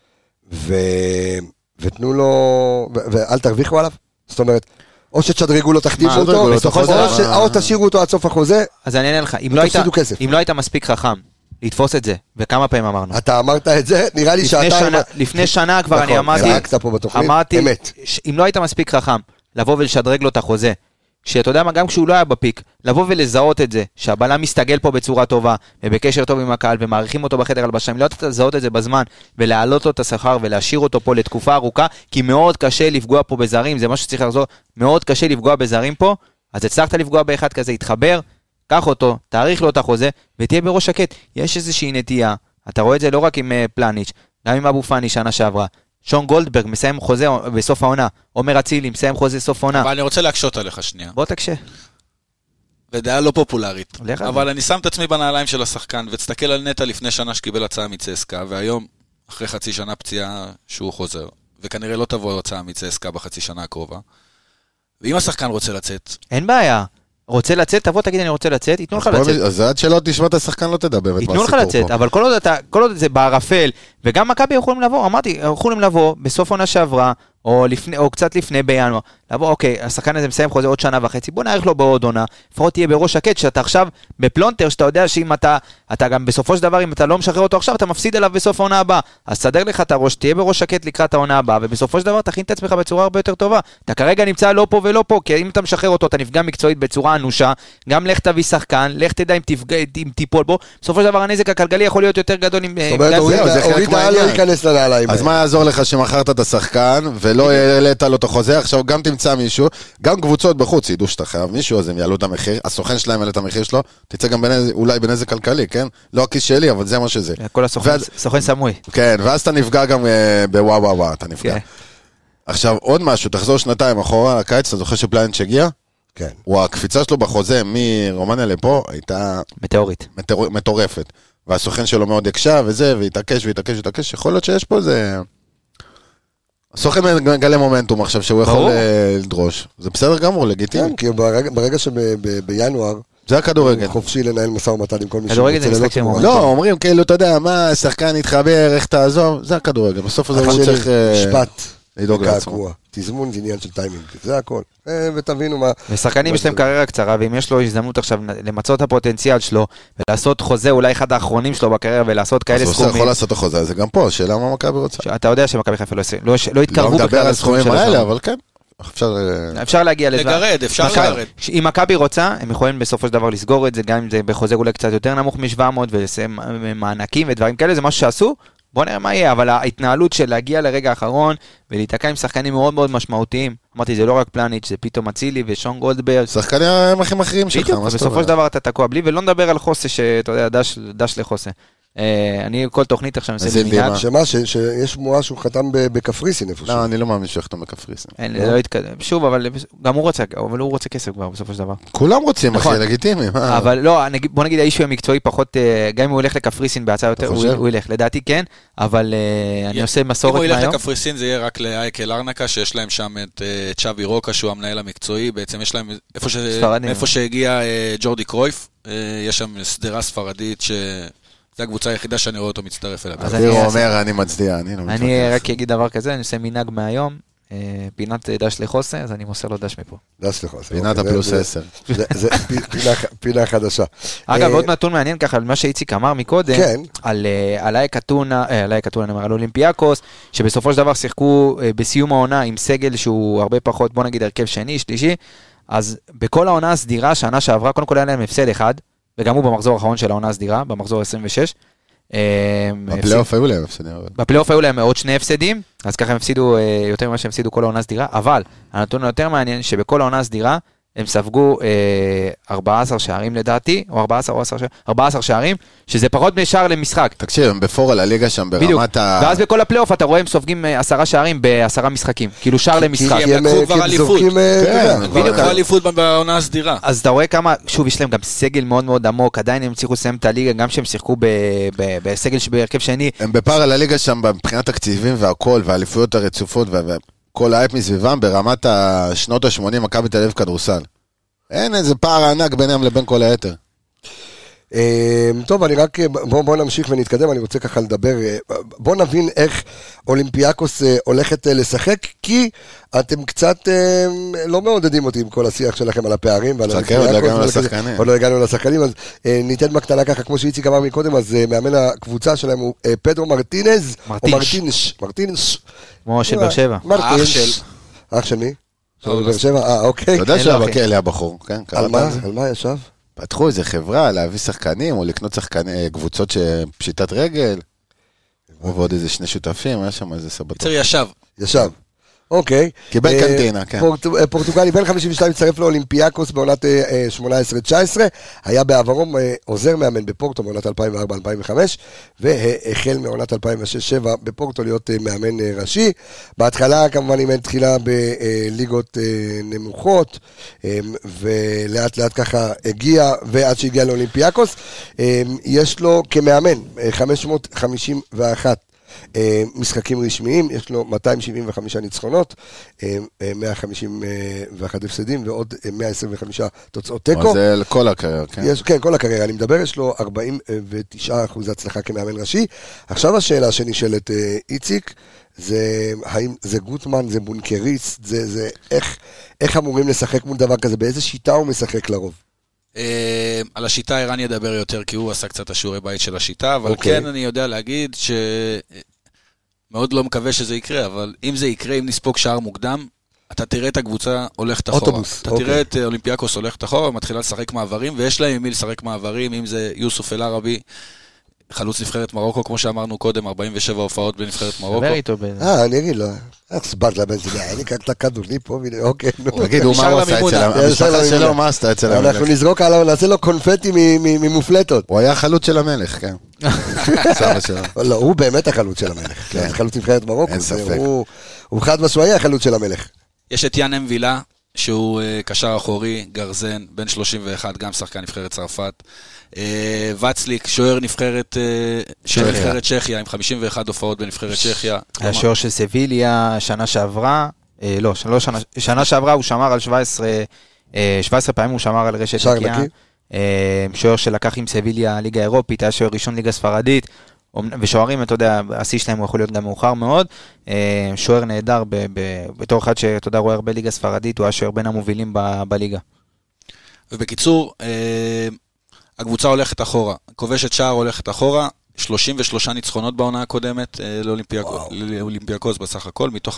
ותנו לו, ואל תרוויחו עליו. זאת אומרת, או שתשדרגו לו, תחתימו אותו, או תשאירו אותו עד סוף החוזה. אז אני אענה לך, אם לא היית מספיק חכם, לתפוס את זה, וכמה פעמים אמרנו. אתה אמרת את זה, נראה לי שאתה... לפני שנה כבר אני אמרתי, אם לא היית מספיק חכם, לבוא ולשדרג לו את החוזה, שאתה יודע מה, גם כשהוא לא היה בפיק, לבוא ולזהות את זה, שהבלם מסתגל פה בצורה טובה, ובקשר טוב עם הקהל, ומעריכים אותו בחדר הלבשה, אם לא אתה לזהות את זה בזמן, ולהעלות לו את השכר, ולהשאיר אותו פה לתקופה ארוכה, כי מאוד קשה לפגוע פה בזרים, זה מה שצריך לחזור, מאוד קשה לפגוע בזרים פה, אז הצלחת לפגוע באחד כזה, התחבר, קח אותו, תאריך לו את החוזה, ותהיה בראש שקט. יש איזושהי נטייה, אתה רואה את זה לא רק עם פלניץ', גם עם אבו פאני שנה שעברה, שון גולדברג מסיים חוזה בסוף העונה, עומר אצילי מסיים חוזה סוף העונה. אבל אני רוצה להקשות עליך שנייה. בוא תקשה. ודעה לא פופולרית. אבל אני שם את עצמי בנעליים של השחקן, ותסתכל על נטע לפני שנה שקיבל הצעה מצסקה, והיום, אחרי חצי שנה פציעה שהוא חוזר, וכנראה לא תבוא הצעה מצסקה בחצי שנה הקרובה. ואם השחקן רוצה לצאת... אין בעיה. רוצה לצאת, תבוא תגיד אני רוצה לצאת, ייתנו לך לצאת. אז עד שלא תשמע את השחקן לא תדע באמת מה הסיפור פה. ייתנו לך לצאת, אבל כל עוד זה בערפל, וגם מכבי יכולים לבוא, אמרתי, יכולים לבוא בסוף עונה שעברה, או קצת לפני בינואר, לבוא, אוקיי, השחקן הזה מסיים חוזה עוד שנה וחצי, בוא נעריך לו בעוד עונה, לפחות תהיה בראש שקט, שאתה עכשיו בפלונטר, שאתה יודע שאם אתה גם בסופו של דבר, אם אתה לא משחרר אותו עכשיו, אתה מפסיד אליו בסוף העונה הבאה, אז תסדר לך את הראש, תהיה בראש שקט לקראת העונה הבאה, ובסופו של דבר תכין את עצמך בצורה הרבה יותר טובה. אתה כרגע נמצא לא פה ולא פה, כי אם אתה משחרר אותו, אתה נפגע מקצועית בצורה אנושה, גם לך תביא שחקן, לך תדע אם תיפול בו, בסופו של דבר הנזק הכלכלי יכול להיות יותר גדול. אז מה יעזור לך שמכרת את השחקן ולא העלית לו את החוזה? עכשיו גם תמצא מישהו, גם קבוצות בחוץ ידעו שאתה חייב מישהו, אז הם יעלו את המחיר, הסוכן שלהם יעלה את המחיר שלו, תצא גם אולי בנזק כלכלי, כן? לא הכיס שלי, אבל זה מה שזה. כל הסוכן סמוי. כן, ואז אתה נפגע גם בוואו וואו וואו, אתה נפגע. עכשיו עוד משהו, תחזור שנתיים אחורה, הקיץ, אתה זוכר שפליינץ' הגיע? כן. הקפיצה שלו בחוזה מרומניה לפה הייתה... מטאורית. מטורפת. והסוכן שלו מאוד יקשה וזה, והתעקש, יכול להיות שיש פה זה... הסוכן מגלה מומנטום עכשיו שהוא יכול לדרוש. זה בסדר גמור, לגיטימי. כן, כי ברגע שבינואר... זה הכדורגל. חופשי לנהל משא ומתן עם כל מי כדורגל זה משחק של מומנטום. לא, אומרים כאילו, אתה יודע, מה, שחקן יתחבר, איך תעזוב, זה הכדורגל. בסוף הזה הוא צריך... משפט. לדאוג לעצמו. תזמון זה עניין של טיימינג, זה הכל. ותבינו מה... ושחקנים יש להם קריירה קצרה, ואם יש לו הזדמנות עכשיו למצוא את הפוטנציאל שלו, ולעשות חוזה אולי אחד האחרונים שלו בקריירה, ולעשות כאלה סכומים... אז הוא יכול לעשות את החוזה, זה גם פה, שאלה מה מכבי רוצה. אתה יודע שמכבי חיפה לא התקרבו בכלל לסכומים האלה, אבל כן. אפשר להגיע לגרד, אפשר לגרד. אם מכבי רוצה, הם יכולים בסופו של דבר לסגור את זה, גם אם זה בחוזה אולי קצת יותר נמוך מ-700, ולסיים מענקים ודברים כאלה, זה משהו שעשו. בוא נראה מה יהיה, אבל ההתנהלות של להגיע לרגע האחרון ולהתעקע עם שחקנים מאוד מאוד משמעותיים, אמרתי, זה לא רק פלניץ', זה פתאום אצילי ושון גולדברג. שחקנים הכי אחרים שלך. בסופו של דבר אתה תקוע בלי, ולא נדבר על חוסה, שאתה יודע, דש לחוסה. אני כל תוכנית עכשיו עושה במנהג. שמה, שיש שמועה שהוא חתם בקפריסין איפשהו. לא, אני לא מאמין שהוא יחתום בקפריסין. לא התקדם. שוב, אבל גם הוא רוצה כסף כבר בסופו של דבר. כולם רוצים, אחי, לגיטימי. אבל לא, בוא נגיד, האישו המקצועי פחות, גם אם הוא ילך לקפריסין בהצעה יותר, הוא ילך. לדעתי כן, אבל אני עושה מסורת מהיום. אם הוא ילך לקפריסין זה יהיה רק לאייקל ארנקה, שיש להם שם את צ'אבי רוקה, שהוא המנהל המקצועי, בעצם יש להם, איפה שהגיע ג'ורדי קרויף, יש שם סדרה ספרדית זו הקבוצה היחידה שאני רואה אותו מצטרף אליה. אז הוא אומר, אני מצדיע, אני רק אגיד דבר כזה, אני עושה מנהג מהיום, פינת דש לחוסה, אז אני מוסר לו דש מפה. דש לחוסה. פינת הפלוס 10. זה פינה חדשה. אגב, עוד נתון מעניין ככה, על מה שאיציק אמר מקודם, על אייקה טונה, על אולימפיאקוס, שבסופו של דבר שיחקו בסיום העונה עם סגל שהוא הרבה פחות, בוא נגיד הרכב שני, שלישי, אז בכל העונה הסדירה, שנה שעברה, קודם כל היה להם הפסד אחד, וגם הוא במחזור האחרון של העונה הסדירה, במחזור 26. בפלייאוף היו להם הפסדים. בפלייאוף היו להם עוד שני הפסדים, אז ככה הם הפסידו יותר ממה שהם הפסידו כל העונה הסדירה, אבל הנתון היותר מעניין שבכל העונה הסדירה, הם ספגו 14 שערים לדעתי, או 14 שערים, שזה פחות משער למשחק. תקשיב, הם בפור על הליגה שם ברמת ואז בכל הפלייאוף אתה רואה הם סופגים 10 שערים ב10 משחקים, כאילו שער למשחק. כי הם לקחו כבר אליפות. כבר לקחו אליפות בעונה הסדירה. אז אתה רואה כמה, שוב, יש להם גם סגל מאוד מאוד עמוק, עדיין הם צריכו לסיים את הליגה, גם שהם שיחקו בסגל בהרכב שני. הם בפער על הליגה שם מבחינת תקציבים והכל, והאליפויות הרצופות, וכל האייפ מסביבם ברמת השנות ה-80, מכבי תל אביב כדורסל. אין איזה פער ענק ביניהם לבין כל היתר. טוב, אני רק, בוא נמשיך ונתקדם, אני רוצה ככה לדבר, בוא נבין איך אולימפיאקוס הולכת לשחק, כי אתם קצת לא מעודדים אותי עם כל השיח שלכם על הפערים, ועל אולימפיאקוס, עוד לא הגענו לשחקנים, אז ניתן בקטנה ככה, כמו שאיציק אמר מקודם, אז מאמן הקבוצה שלהם הוא פדרו מרטינז, או מרטינש, כמו של באר שבע. אח של מי? של באר שבע, אוקיי. אתה יודע שהבכלא הבחור, כן? על מה ישב? פתחו איזה חברה להביא שחקנים, או לקנות קבוצות שפשיטת רגל, ועוד איזה 2 שותפים, היה שם איזה סבתו. ישב. אוקיי. קיבל קנטינה, כן. פורטוגלי בן 52 הצטרף לאולימפיאקוס בעונת 18-19, היה בעברו עוזר מאמן בפורטו בעונת 2004-2005, והחל מעונת 2006-2007 בפורטו להיות מאמן ראשי. בהתחלה כמובן אימן תחילה בליגות נמוכות, ולאט לאט ככה הגיע, ועד שהגיע לאולימפיאקוס, יש לו כמאמן 551 משחקים רשמיים, יש לו 275 ניצחונות, 151 הפסדים ועוד 125 תוצאות טקו. זה לכל הקריירה, כן? כן, כל הקריירה, אני מדבר, יש לו 49% הצלחה כמאמן ראשי. עכשיו השאלה שנשאלת איציק, זה האם זה גוטמן, זה בונקריסט, זה איך אמורים לשחק מול דבר כזה, באיזה שיטה הוא משחק לרוב? על השיטה ערן ידבר יותר, כי הוא עשה קצת השיעורי בית של השיטה, אבל כן אני יודע להגיד מאוד לא מקווה שזה יקרה, אבל אם זה יקרה, אם נספוג שער מוקדם, אתה תראה את הקבוצה הולכת אחורה. אתה תראה את אולימפיאקוס הולכת אחורה, ומתחילה לשחק מעברים, ויש להם עם מי לשחק מעברים, אם זה יוסוף אל-ערבי, חלוץ נבחרת מרוקו, כמו שאמרנו קודם, 47 הופעות בנבחרת מרוקו. אני אגיד לו, איך סברת לבן זה, אני קראת לכדור לי פה, אוקיי. תגיד, הוא מה הוא עשה אצל המשפחה שלו, מה עשתה אצל המלך? אנחנו נזרוק עליו, נעשה לו קונפטי ממופלטות. הוא היה חלוץ של המלך, כן. סבא שלו. לא, הוא באמת החלוץ של המלך. חלוץ נבחרת מרוקו. אין ספק. הוא חד משמעי החלוץ של המלך. יש את יאן אמווילה, שהוא קשר אחורי, גרזן, בן 31, גם שחקן נבחרת צרפת. וצליק, שוער נבחרת צ'כיה, עם 51 הופעות בנבחרת צ'כיה. השוער של סביליה, שנה שעברה, שנה שעברה הוא שמר על 17 פעמים הוא שמר על רשת נקייה. שוער שלקח עם סביליה ליגה אירופית, היה שוער ראשון ליגה ספרדית, ושוערים, אתה יודע, השיא שלהם הוא יכול להיות גם מאוחר מאוד, שוער נהדר, בתור אחד שאתה יודע רואה הרבה ליגה ספרדית, הוא היה שוער בין המובילים בליגה. ובקיצור, הקבוצה הולכת אחורה, כובשת שער הולכת אחורה, 33 ניצחונות בעונה הקודמת לאולימפיאקוס בסך הכל, מתוך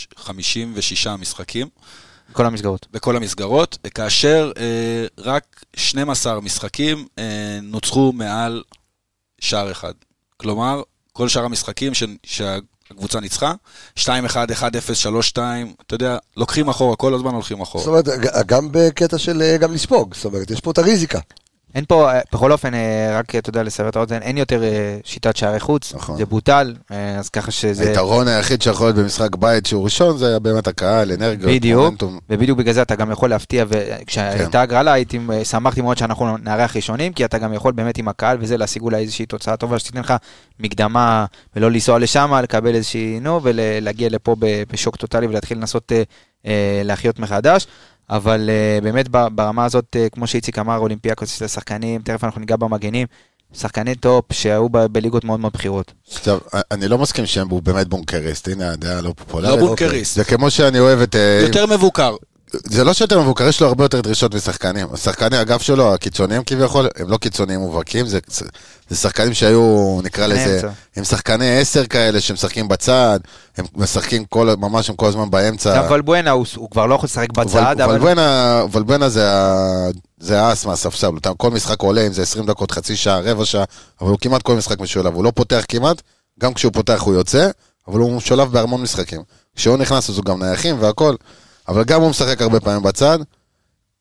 56 משחקים. בכל המסגרות, כאשר רק 12 משחקים נוצחו מעל שער אחד. כלומר, כל שאר המשחקים שהקבוצה ניצחה, 2-1, 1-0, 3-2, אתה יודע, לוקחים אחורה, כל הזמן הולכים אחורה. זאת אומרת, גם בקטע של גם לספוג, זאת אומרת, יש פה את הריזיקה. אין פה, בכל אופן, רק, אתה יודע, לסבר את האוזן, אין יותר שיטת שערי חוץ, זה בוטל, אז ככה שזה... היתרון היחיד שיכול להיות במשחק בית שהוא ראשון, זה היה באמת הקהל, אנרגיות, מומנטום. ובדיוק בגלל זה אתה גם יכול להפתיע, וכשהייתה הגרלה, שמחתי מאוד שאנחנו נארח ראשונים, כי אתה גם יכול באמת עם הקהל, וזה להשיג אולי איזושהי תוצאה טובה, שתיתן לך מקדמה, ולא לנסוע לשם, לקבל איזושהי ולהגיע לפה בשוק טוטלי, ולהתחיל לנסות להחיות מחדש. אבל באמת ברמה הזאת, כמו שאיציק אמר, אולימפיאקוס של השחקנים, תכף אנחנו ניגע במגנים, שחקני טופ שהיו בליגות מאוד מאוד בחירות. עכשיו, אני לא מסכים שהם הוא באמת בונקריסט, הנה הדעה לא פופולרית. לא בונקריסט. זה כמו שאני אוהב את... יותר מבוקר. זה לא שיותר מבוקר, יש לו הרבה יותר דרישות משחקנים. השחקני הגב שלו, הקיצוניים כביכול, הם לא קיצוניים מובהקים, זה שחקנים שהיו, נקרא לזה, הם שחקני 10 כאלה שמשחקים בצד, הם משחקים ממש הם כל הזמן באמצע. גם ולבואנה, הוא כבר לא יכול לשחק בצד. ולבואנה זה האס מהספסל, כל משחק עולה, אם זה 20 דקות, חצי שעה, רבע שעה, אבל הוא כמעט כל משחק משולב, הוא לא פותח כמעט, גם כשהוא פותח הוא יוצא, אבל הוא משולב בהרמון משחקים. כשהוא נכנס אז הוא גם נייחים והכל, אבל גם הוא משחק הרבה פעמים בצד,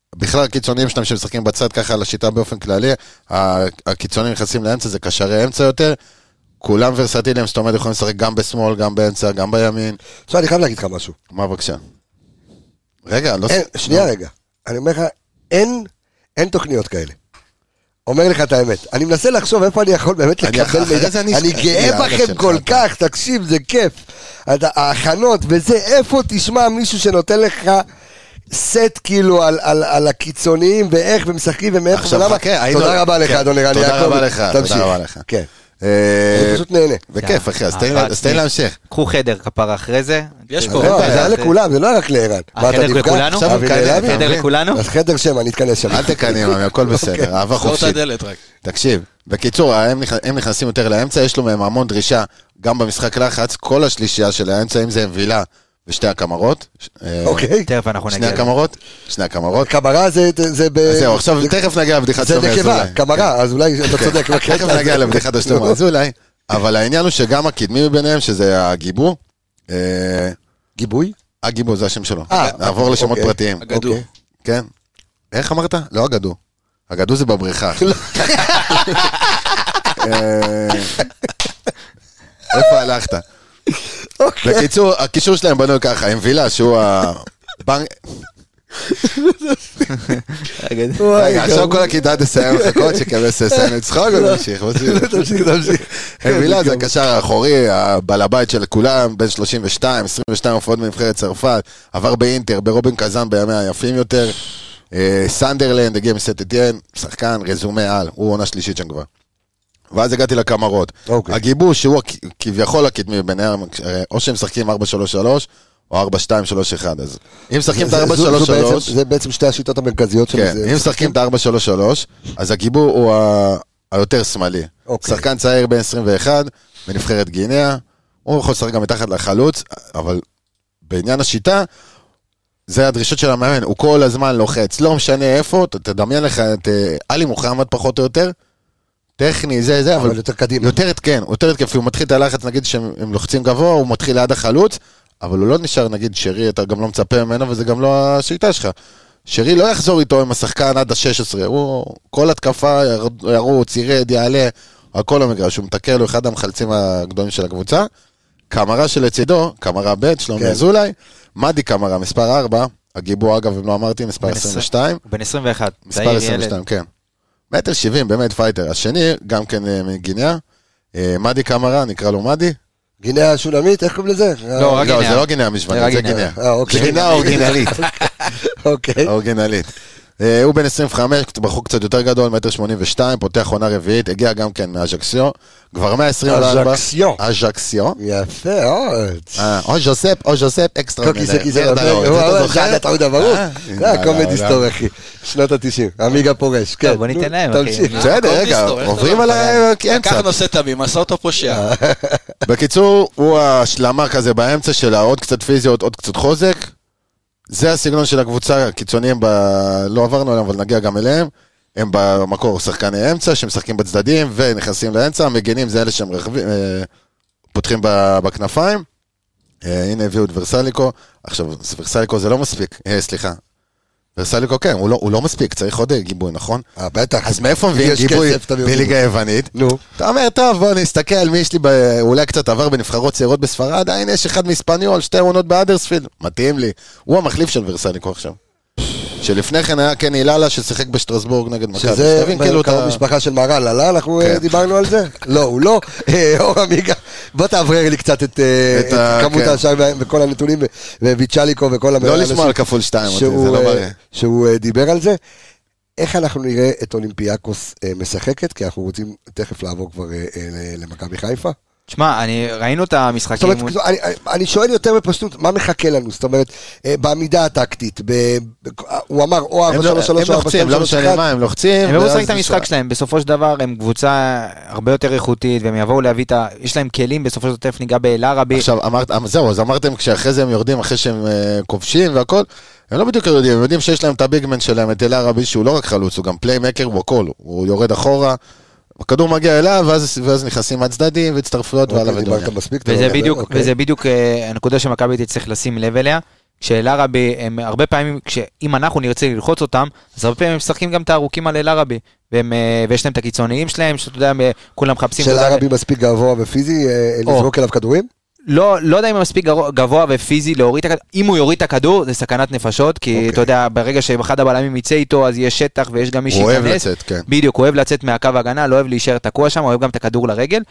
בכלל הקיצונים שלהם שמשחקים בצד ככה על השיטה באופן כללי, הקיצונים נכנסים לאמצע, זה קשרי אמצע יותר, כולם ורסטיליים, זאת אומרת, יכולים לשחק גם בשמאל, גם באמצע, גם בימין. עכשיו אני חייב להגיד לך משהו. מה בבקשה? רגע, לא... שנייה רגע. אני אומר לך, אין תוכניות כאלה. אומר לך את האמת. אני מנסה לחשוב איפה אני יכול באמת לקבל מידע. אני גאה בכם כל כך, תקשיב, זה כיף. ההכנות וזה, איפה תשמע מישהו שנותן לך סט כאילו על הקיצוניים ואיך ומשחקים ומאיפה ולמה. תודה רבה לך, אדון ערן יעקב. תודה רבה לך, תודה רבה לך. כן. אני פשוט נהנה. בכיף, אחי, אז תן להמשיך. קחו חדר כפרה אחרי זה. יש פה. זה היה לכולם, זה לא רק לערן. חדר לכולנו? חדר לכולנו? אז חדר שם, אני אתכנס שם. אל תקנים, הכל בסדר, אהבה חופשית. תקשיב, בקיצור, הם נכנסים יותר לאמצע, יש לו מהם המון דרישה, גם במשחק לחץ, כל השלישייה של האמצע, אם זה וילה ושתי הקמרות. אוקיי. תכף אנחנו נגיע. שני הקמרות. קמרה זה... זהו, עכשיו תכף נגיע לבדיחת שלומי אזולאי. זה נקבה, קמרה, אז אולי אתה צודק. תכף נגיע לבדיחת שלומי אזולאי, אבל העניין הוא שגם הקדמי מביניהם, שזה הגיבו. גיבוי? הגיבו, זה השם שלו. נעבור לשמות פרטיים. הגדו. כן. איך אמרת? לא הגדו. הגדו זה בבריכה. איפה הלכת? בקיצור, הקישור שלהם בנוי ככה, עם וילה שהוא רגע, עכשיו כל הכיתה תסיים לחכות שכבש לסיים לצחוק ונמשיך. תמשיך. וילה זה הקשר האחורי, הבעל הבית של כולם, בין 32, 22 הופעות מנבחרת צרפת, עבר באינטר, ברובין קזן בימי היפים יותר, סנדרלנד, הגיע מסט אתיין, שחקן, רזומה על, הוא עונה שלישית שם כבר. ואז הגעתי לקמרות. הגיבוש שהוא כביכול הקדמי ביניהם, או שהם משחקים 4-3-3, או 4-2-3-1. אז אם משחקים את 4-3-3... זה בעצם שתי השיטות המרכזיות של זה. כן, אם משחקים את 4-3-3, אז הגיבור הוא היותר שמאלי. שחקן צעיר בין 21, בנבחרת גינאה, הוא יכול לשחק גם מתחת לחלוץ, אבל בעניין השיטה, זה הדרישות של המאמן, הוא כל הזמן לוחץ, לא משנה איפה, תדמיין לך את עלי מוחמד פחות או יותר, טכני, זה, אבל יותר קדימה. יותר התקפי, הוא מתחיל את הלחץ, נגיד שהם לוחצים גבוה, הוא מתחיל ליד החלוץ, אבל הוא לא נשאר, נגיד, שרי, אתה גם לא מצפה ממנו, וזה גם לא השיטה שלך. שרי לא יחזור איתו עם השחקן עד ה-16, הוא כל התקפה ירוץ, ירד, יעלה, הכל המגרש, הוא מתקר לו אחד המחלצים הגדולים של הקבוצה, קמרה שלצידו, קמרה ב' שלומי אזולאי, מדי קמרה, מספר 4, הגיבור אגב, אם לא אמרתי, מספר 22. בן 21. מספר 22, כן. 1.70 מטר, באמת פייטר. השני, גם כן מגינאה, מדי קמרה, נקרא לו מדי. גינאה שולמית, איך קוראים לזה? לא, זה לא גינאה משוונת, זה גינאה. זה גינאה אורגינלית. אוקיי. אורגינלית. הוא בן 25, בחור קצת יותר גדול, 1.82 מטר, פותח עונה רביעית, הגיע גם כן מאז'קסיו, כבר 124. אז'קסיו. יפה, או ז'וספ, אקסטרה. אתה עוד ברור? זה הקומדי סטורי, אחי. שנות ה-90, עמיגה פורש, כן. בוא ניתן להם, אחי. בסדר, רגע, עוברים על האמצע. ככה נושא תמים, עשה אותו פושע. בקיצור, הוא השלמה כזה באמצע שלה, עוד קצת פיזיות, עוד קצת חוזק. זה הסגנון של הקבוצה, הקיצוניים לא עברנו אליהם, אבל נגיע גם אליהם. הם במקור שחקני אמצע, שמשחקים בצדדים ונכנסים לאמצע, המגנים זה אלה שהם פותחים בכנפיים. הנה הביאו את ורסליקו. עכשיו, ורסליקו זה לא מספיק, סליחה. ורסליקו כן, הוא לא מספיק, צריך עוד גיבוי, נכון? בטח. אז מאיפה מביאים גיבוי בליגה היוונית? נו. אתה אומר, טוב, בוא נסתכל על מי יש לי, אולי קצת עבר בנבחרות צעירות בספרד, הנה יש אחד מספניול, 2 עונות באדרספילד, מתאים לי. הוא המחליף של ורסליקו עכשיו. שלפני כן היה כן איללה ששיחק בשטרסבורג נגד מכבי. שזה קרוב משפחה של מהר"ל, אנחנו דיברנו על זה? לא, הוא לא. אור עמיגה, בוא תעברר לי קצת את כמות השאר וכל הנתונים, וויצ'ליקו וכל לא לשמוע על כפול 2, זה לא מראה. שהוא דיבר על זה. איך אנחנו נראה את אולימפיאקוס משחקת? כי אנחנו רוצים תכף לעבור כבר למכבי חיפה. תשמע, ראינו את המשחקים... זאת אומרת, אני שואל יותר בפשטות, מה מחכה לנו? זאת אומרת, בעמידה הטקטית, הוא אמר, או 4-3-3, הם לוחצים, לא משנה מה, הם לוחצים. הם לא משחקים את המשחק שלהם, בסופו של דבר הם קבוצה הרבה יותר איכותית, והם יבואו להביא את ה... יש להם כלים, בסופו של דבר ניגע באל-ערבי. עכשיו, זהו, אז אמרתם, כשאחרי זה הם יורדים, אחרי שהם כובשים והכל, הם לא בדיוק יודעים, הם יודעים שיש להם את הביגמן שלהם, את אל-ערבי, שהוא לא רק חלוץ, הוא גם פליימקר, הוא הכל, הוא יורד אחורה, הכדור מגיע אליו, ואז נכנסים מהצדדים והצטרפויות ועליו ודוניה. וזה בדיוק הנקודה שמכבי תצטרך לשים לב אליה, כשאל-ערבי, הם הרבה פעמים, אם אנחנו נרצה ללחוץ אותם, אז הרבה פעמים הם משחקים גם את הארוכים על אל-ערבי, ויש להם את הקיצוניים שלהם, שאתה יודע, כולם מחפשים... שאל-ערבי מספיק גבוה ופיזי, לזרוק אליו כדורים? לא יודע אם הוא מספיק גבוה ופיזי להוריד את הכדור, אם הוא יוריד את הכדור זה סכנת נפשות, כי אתה יודע, ברגע שאחד הבלמים יצא איתו, אז יש שטח ויש גם מי שיכנס. הוא אוהב לצאת, כן. בדיוק, הוא אוהב לצאת מהקו ההגנה, לא אוהב להישאר תקוע שם, הוא אוהב גם את הכדור לרגל,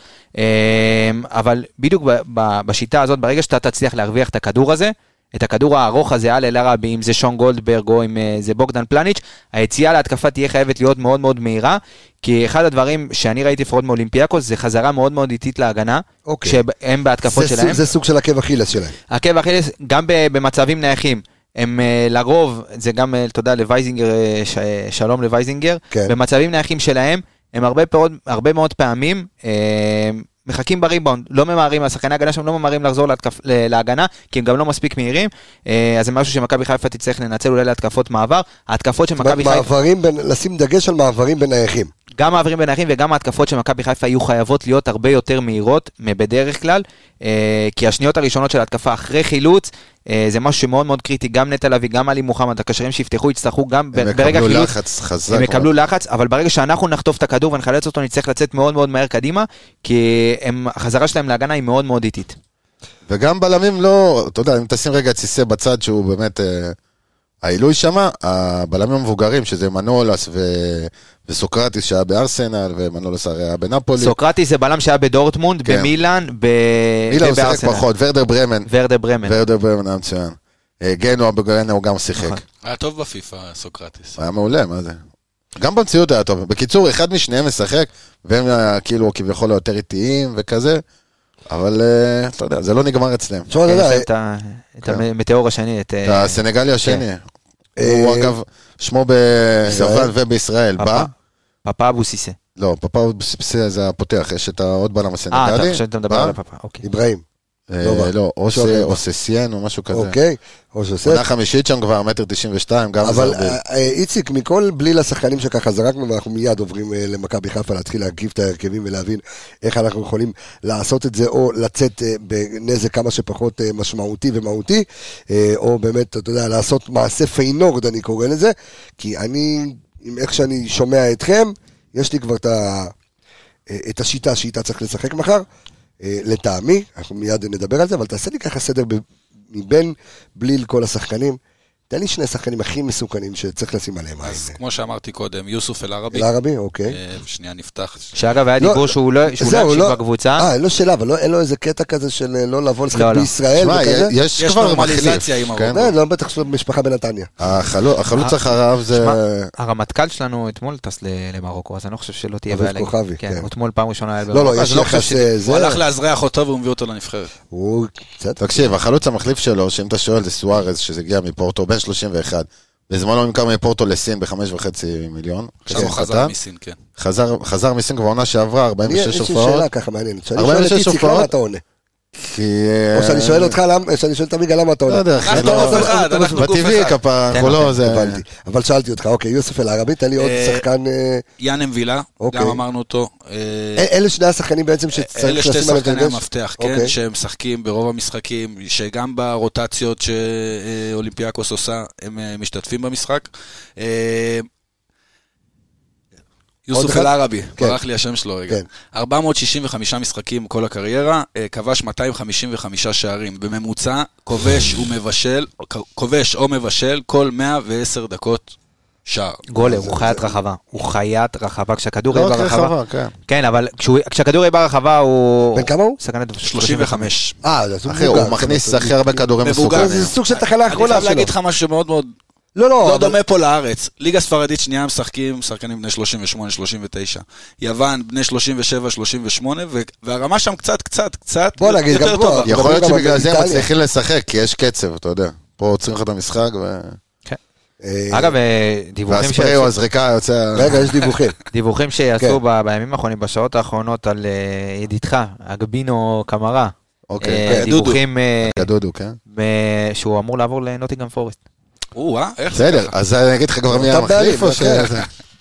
אבל בדיוק בשיטה הזאת, ברגע שאתה תצליח להרוויח את הכדור הזה, את הכדור הארוך הזה על אל-ערבי, אם זה שון גולדברג או אם זה בוגדן פלניץ', היציאה להתקפה תהיה חייבת להיות מאוד מאוד מהירה, כי אחד הדברים שאני ראיתי לפחות מאולימפיאקוס, זה חזרה מאוד מאוד איטית להגנה, שהם בהתקפות שלהם. זה סוג של עקב אכילס שלהם. עקב אכילס, גם במצבים נייחים, הם לרוב, זה גם תודה לווייזינגר, שלום לווייזינגר, במצבים נייחים שלהם, הם הרבה מאוד פעמים, מחכים בריבאונד, לא ממהרים, השחקני ההגנה שם לא ממהרים לחזור להגנה, כי הם גם לא מספיק מהירים, אז זה משהו שמכבי חיפה תצטרך לנצל אולי להתקפות מעבר, ההתקפות של מכבי חיפה... לשים דגש על מעברים בין נייחים. גם מעברים בין נייחים וגם ההתקפות של מכבי חיפה יהיו חייבות להיות הרבה יותר מהירות מבדרך כלל, כי השניות הראשונות של ההתקפה אחרי חילוץ, זה משהו שמאוד מאוד קריטי, גם נטע לביא, גם עלי מוחמד, הקשרים שיפתחו, יצטרכו גם ברגע חילוץ, הם יקבלו לחץ, אבל ברגע שאנחנו נחטוף את הכדור ונחלץ אותו, נצטרך לצאת מאוד מאוד מהר קדימה, כי החזרה שלהם להגנה היא מאוד מאוד איטית. וגם בלמים לא, אתה יודע, אם תשים רגע ציסה בצד שהוא באמת, העילוי שמה, הבלמים המבוגרים, שזה מנולס וסוקרטיס שהיה בארסנל, ומנולס היה בנפולי. סוקרטיס זה בלם שהיה בדורטמונד, במילאן, מילאן הוא שיחק פחות, ורדר ברמן. ורדר ברמן היה מצוין. גנו בגרנה הוא גם שיחק. היה טוב בפיפה, סוקרטיס. היה מעולה, מה זה? גם במציאות היה טוב. בקיצור, אחד משניהם משחק, והם כאילו כביכול יותר איטיים וכזה, אבל אתה יודע, זה לא נגמר אצלם. את המטאור השני, את הסנגלי השני. הוא אגב, שמו ביוון ובישראל. פאפה אבו סיסה. לא, פאפה אבו סיסה זה הפותח, יש את העוד בלם הסנגלי. אתה חושב שאתה מדבר על הפאפה, אוקיי. איברהים. לא, או ססיין או משהו כזה. אוקיי, או שסף. עונה חמישית שם כבר, 1.92 מטר, אבל איציק, מכל בלי לשחקנים שככה זרקנו, ואנחנו מיד עוברים למכבי חיפה, להתחיל להגיב את ההרכבים ולהבין איך אנחנו יכולים לעשות את זה, או לצאת בנזק כמה שפחות משמעותי ומהותי, או באמת, אתה יודע, לעשות מעשה פיינורד, אני קורא לזה, כי אני, איך שאני שומע אתכם, יש לי כבר את השיטה שאיתה צריך לשחק מחר, לטעמי, אנחנו מיד נדבר על זה, אבל תעשה לי ככה סדר מבין בליל כל השחקנים, תן לי שני שחקנים הכי מסוכנים שצריך לשים עליהם. אז כמו שאמרתי קודם, יוסוף אל-ערבי. אל-ערבי, אוקיי. שנייה נפתח. שאגב היה דיבור שהוא לא ימשיך בקבוצה. אין לו שאלה, אבל אין לו איזה קטע כזה של לא לבוא לשחק בישראל. יש כבר נורמליזציה עם הרוב. לא, בטח של משפחה בנתניה. החלוץ אחריו זה... הרמטכ"ל שלנו אתמול טס למרוקו, אז אני לא חושב שלא תהיה בעיה. אביב כוכבי, כן. אתמול פעם ראשונה היה במרוקו. לא, יש יחס... הוא הלך להזרח אותו והוא מביא אותו לנבחרת. תקשיב, החלוץ המחליף שלו, שאם אתה שואל, זה סוארז, שזה הגיע מפורטו, בן 31. בזמן לא נמכר מפורטו לסין ב5.5 מיליון. עכשיו הוא חזר מסין, כן. חזר מסין כבר עונה שעברה, 46 הופעות. יש לי שאלה ככה מעניינת. שאני שואל את איציק למה אתה עונה. או שאני שואל אותך למה, שאני שואל תמיד למה אתה עונה. לא יודע, אנחנו גוף בטבעי כפה, לא זה... אבל שאלתי אותך, אוקיי, יוסף אל-ערבי, תן לי עוד שחקן... יאנם וילה, גם אמרנו אותו. אלה שני השחקנים בעצם שצריך אלה שתי לשים על שחקני המפתח, כן, שהם משחקים ברוב המשחקים, שגם ברוטציות שאולימפיאקוס עושה, הם משתתפים במשחק. יוסוף אל-ערבי, ברח לי השם שלו רגע. 465 משחקים כל הקריירה, כבש 255 שערים. בממוצע, כובש או מבשל כל 110 דקות שער. גולר, הוא חיית רחבה. הוא חיית רחבה. כשהכדור יהיה לא ברחבה. כן. כן, אבל כשהכדור יהיה ברחבה הוא... בן כמה הוא? 35. אחי, הוא מכניס הכי הרבה כדורים מסוכנים. זה סוג של תחלה האחרונה שלו. אני חייב להגיד לך משהו מאוד מאוד... לא דומה פה לארץ. ליגה ספרדית שנייה משחקים, שחקנים בני 38, 39. יוון בני 37, 38, והרמה שם קצת יותר טובה. יכול להיות שבגלל זה הם מצליחים לשחק, כי יש קצב, אתה יודע. פה עוצרים לך את המשחק ו... אגב, דיווחים והספרי או הזריקה יוצא... רגע, יש דיווחים. דיווחים שיעשו בימים האחרונים, בשעות האחרונות על ידידך, אגבינו קמרה. דיווחים... דודו, כן. שהוא אמור לעבור לנוטינגהאם פורסט. איך בסדר, אז אני אגיד לך כבר מי המחליף או ש...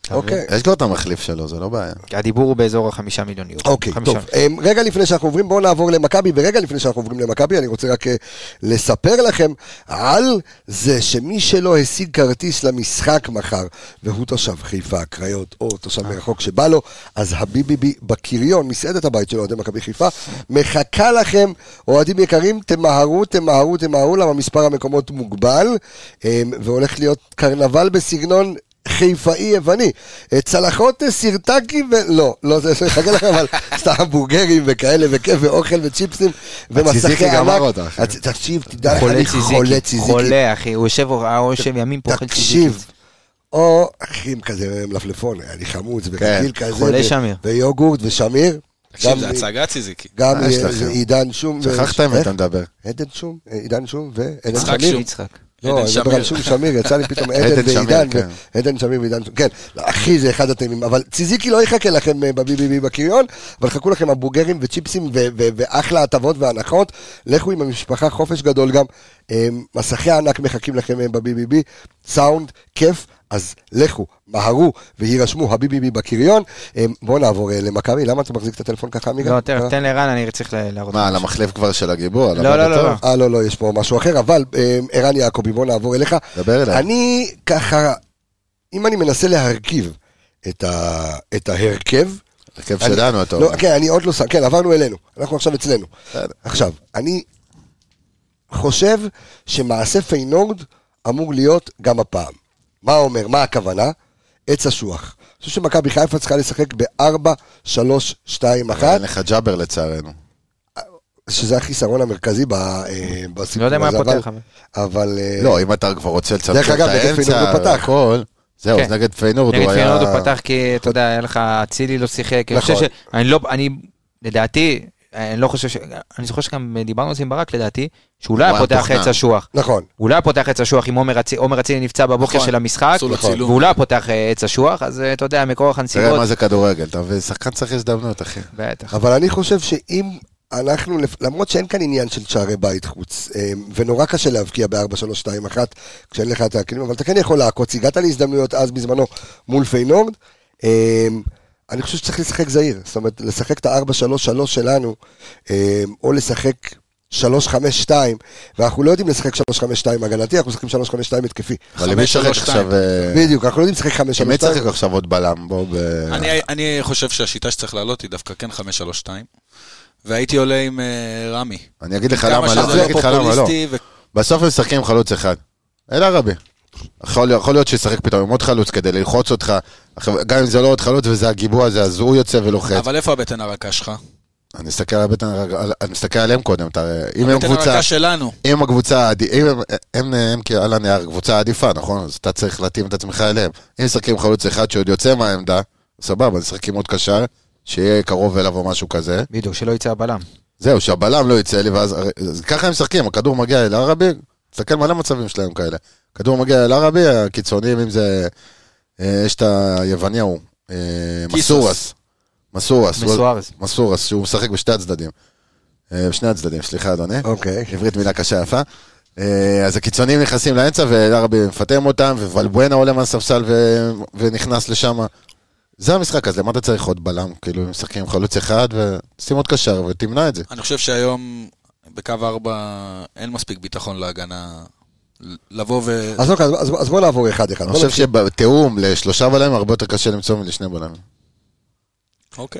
אוקיי. יש לו את המחליף שלו, זה לא בעיה. הדיבור הוא באזור 5 מיליון יורו. אוקיי, טוב. רגע לפני שאנחנו עוברים, בואו נעבור למכבי, ורגע לפני שאנחנו עוברים למכבי, אני רוצה רק לספר לכם על זה שמי שלא השיג כרטיס למשחק מחר, והוא תושב חיפה, הקריות, או תושב מרחוק שבא לו, אז הביביבי בקריון, מסעדת הבית שלו, אוהדי מכבי חיפה, מחכה לכם, אוהדים יקרים, תמהרו, למה מספר המקומות מוגבל, והולך להיות קרנבל בסגנון חיפאי יווני, צלחות סרטקי לא, זה חכה לכם, אבל סתם בורגרים וכאלה וכיף ואוכל וצ'יפסים ומסכי ענק. תקשיב, תדע לך, אני חולה ציזיקי. חולה, אחי, הוא יושב ימים פה אוכל ציזיקי. תקשיב, או אחים כזה מלפלפון, היה לי חמוץ ורגיל כזה, חולה שמיר. ויוגורט ושמיר. תקשיב, זה הצגה ציזיקי. גם עידן שום. שכחת אם אתה מדבר. עידן שום ועדן יצחק שמיר. שום. לא, אני מדבר על שום שמיר, יצא לי פתאום עדן ועידן, עדן שמיר ועידן, כן, אחי זה אחד התאימים, אבל ציזיקי לא יחכה לכם בביביבי בקריון, אבל חכו לכם הבוגרים וצ'יפסים ואחלה הטבות והנחות, לכו עם המשפחה, חופש גדול גם, מסכי הענק מחכים לכם בביביבי, סאונד, כיף, אז לכו, מהרו והירשמו הביביבי בקריון. בואו נעבור למכבי. למה אתה מחזיק את הטלפון ככה, מיגה? לא, תן לערן, אני צריך להראות. מה, על המחלף כבר של הגיבור? לא, יש פה משהו אחר, אבל ערן יעקבי, בואו נעבור אליך. דבר אליי. אני ככה, אם אני מנסה להרכיב את ההרכב, הרכב שלנו, אתה אומר. כן, אני עוד לא שם, כן, עברנו אלינו, אנחנו עכשיו אצלנו. עכשיו, אני חושב שמעשה פיינורד אמור להיות גם הפעם. מה אומר? מה הכוונה? עץ השוח. אני חושב שמכבי חיפה צריכה לשחק ב-4-3-2-1. אין לך ג'אבר לצערנו. שזה החיסרון המרכזי בסיפור. לא יודע מה פותח. אבל... לא, אם אתה כבר רוצה לצמצם דרך אגב, נגד פיינורד הוא פתח. זהו, אז נגד פיינורד הוא היה... נגד פיינורד הוא פתח כי, אתה יודע, היה לך צילי לא שיחק. אני לדעתי... אני זוכר שגם דיברנו על זה עם ברק לדעתי, שאולי הפותח עץ השוח. נכון. אולי הפותח עץ השוח אם עומר אצילי נפצע בבוקר של המשחק, ואולי הפותח עץ השוח, אז אתה יודע, מקור הנסיבות. תראה מה זה כדורגל, ושחקן צריך הזדמנות, אחי. בטח. אבל אני חושב שאם אנחנו, למרות שאין כאן עניין של שערי בית חוץ, ונורא קשה להבקיע ב-4-3-2-1, כשאין לך את הכלים, אבל אתה כן יכול לעקוץ, הגעת להזדמנויות אז בזמנו מול פיינורד, אני חושב שצריך לשחק זהיר, זאת אומרת, לשחק את ה-4-3-3 שלנו, או לשחק 3-5-2, ואנחנו לא יודעים לשחק 3-5-2 הגנתי, אנחנו משחקים 3-5-2 התקפי. אבל למי שחק עכשיו... בדיוק, אנחנו לא יודעים לשחק 5-3-2. מי צריך עכשיו עוד בלם? אני חושב שהשיטה שצריך לעלות היא דווקא כן 5-3-2, והייתי עולה עם רמי. אני אגיד לך למה לא. בסוף הם משחקים עם חלוץ אחד. אלא רבי. יכול להיות שישחק פתאום עם עוד חלוץ כדי ללחוץ אותך, גם אם זה לא עוד חלוץ וזה הגיבוע הזה, אז הוא יוצא ולוחץ. אבל איפה הבטן הרכה שלך? אני מסתכל עליהם קודם, הבטן הרכה שלנו. אם הקבוצה, הם על הנייר, קבוצה עדיפה, נכון? אז אתה צריך להתאים את עצמך אליהם. אם משחקים חלוץ אחד שעוד יוצא מהעמדה, סבבה, נשחקים עוד קשר, שיהיה קרוב אליו או משהו כזה. בדיוק, שלא יצא הבלם. זהו, שהבלם לא יצא לי, ואז ככה הם משחקים, הכדור מגיע אל הרבי, תסתכל מלא מצבים שלהם כאלה. כדור מגיע אל הרבי, הקיצונים, אם זה, יש את היווני ההוא, מסורס, שהוא משחק בשני הצדדים, סליחה אדוני, עברית מילה קשה יפה, אז הקיצונים נכנסים לאמצע, והרבי מפתם אותם, ובלבואנה עולה מהספסל ונכנס לשם, זה המשחק הזה, מה אתה צריך עוד בלם, כאילו הם משחקים עם חלוץ אחד, ושים עוד קשר ותמנע את זה. אני חושב שהיום בקו 4 אין מספיק ביטחון להגנה, לבוא ו... אז בוא נעבור אחד. אני חושב שבתיאום לשלושה בלמים הרבה יותר קשה למצוא מלשני בלמים. אוקיי.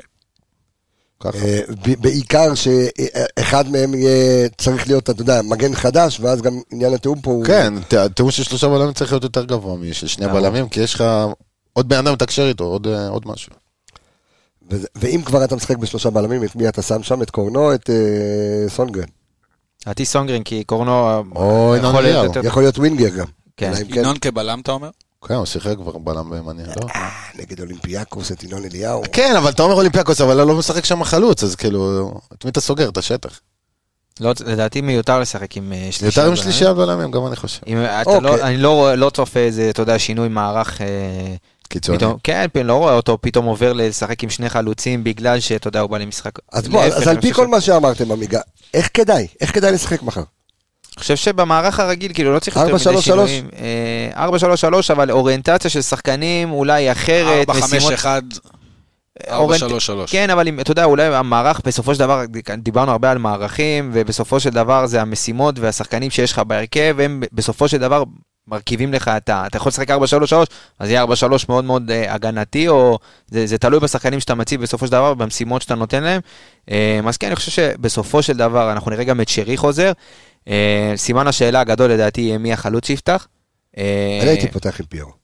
בעיקר שאחד מהם צריך להיות, אתה יודע, מגן חדש, ואז גם עניין התיאום פה הוא... כן, התיאום של שלושה בלמים צריך להיות יותר גבוה משל שני בלמים, כי יש לך עוד בן אדם מתקשר איתו, עוד משהו. ואם כבר אתה משחק בשלושה בלמים, את מי אתה שם שם? את קורנו, את סונגרן? עתי סונגרן, כי קורנו יכול להיות ווינגר גם. ינון כבלם, אתה אומר? כן, הוא שיחק כבר בלם בימני, לא? נגד אולימפיאקוס, את ינון אליהו. כן, אבל אתה אומר אולימפיאקוס, אבל לא משחק שם חלוץ, אז כאילו, את מי אתה סוגר? את השטח. לדעתי מיותר לשחק עם שלישה. יותר עם שלישה בלמים, גם אני חושב. אני לא צופה איזה, אתה יודע, שינוי מערך... קיצוני. כן, לא רואה אותו פתאום עובר לשחק עם שני חלוצים, בגלל שאתה יודע, הוא בא למשחק. אז על פי כל מה שאמרתם, עמיגה, איך כדאי לשחק מחר? אני חושב שבמערך הרגיל, כאילו לא צריך יותר 4-3-3. מדי שינויים. 4-3-3, אבל אוריינטציה של שחקנים אולי אחרת. 4-5-1, 4-3-3. כן, אבל אתה יודע, אולי המערך, בסופו של דבר, דיברנו הרבה על מערכים, ובסופו של דבר זה המשימות והשחקנים שיש לך בהרכב, הם בסופו של דבר מרכיבים לך, אתה יכול לשחק 4-3-3, אז יהיה 4-3 מאוד מאוד הגנתי, או זה תלוי בשחקנים שאתה מציב בסופו של דבר, במשימות שאתה נותן להם. אז כן, אני חושב שבסופו של דבר, אנחנו נראה גם את שרי חוזר. סימן השאלה הגדול לדעתי יהיה מי החלוץ שיפתח. אני הייתי פותח עם פיירו.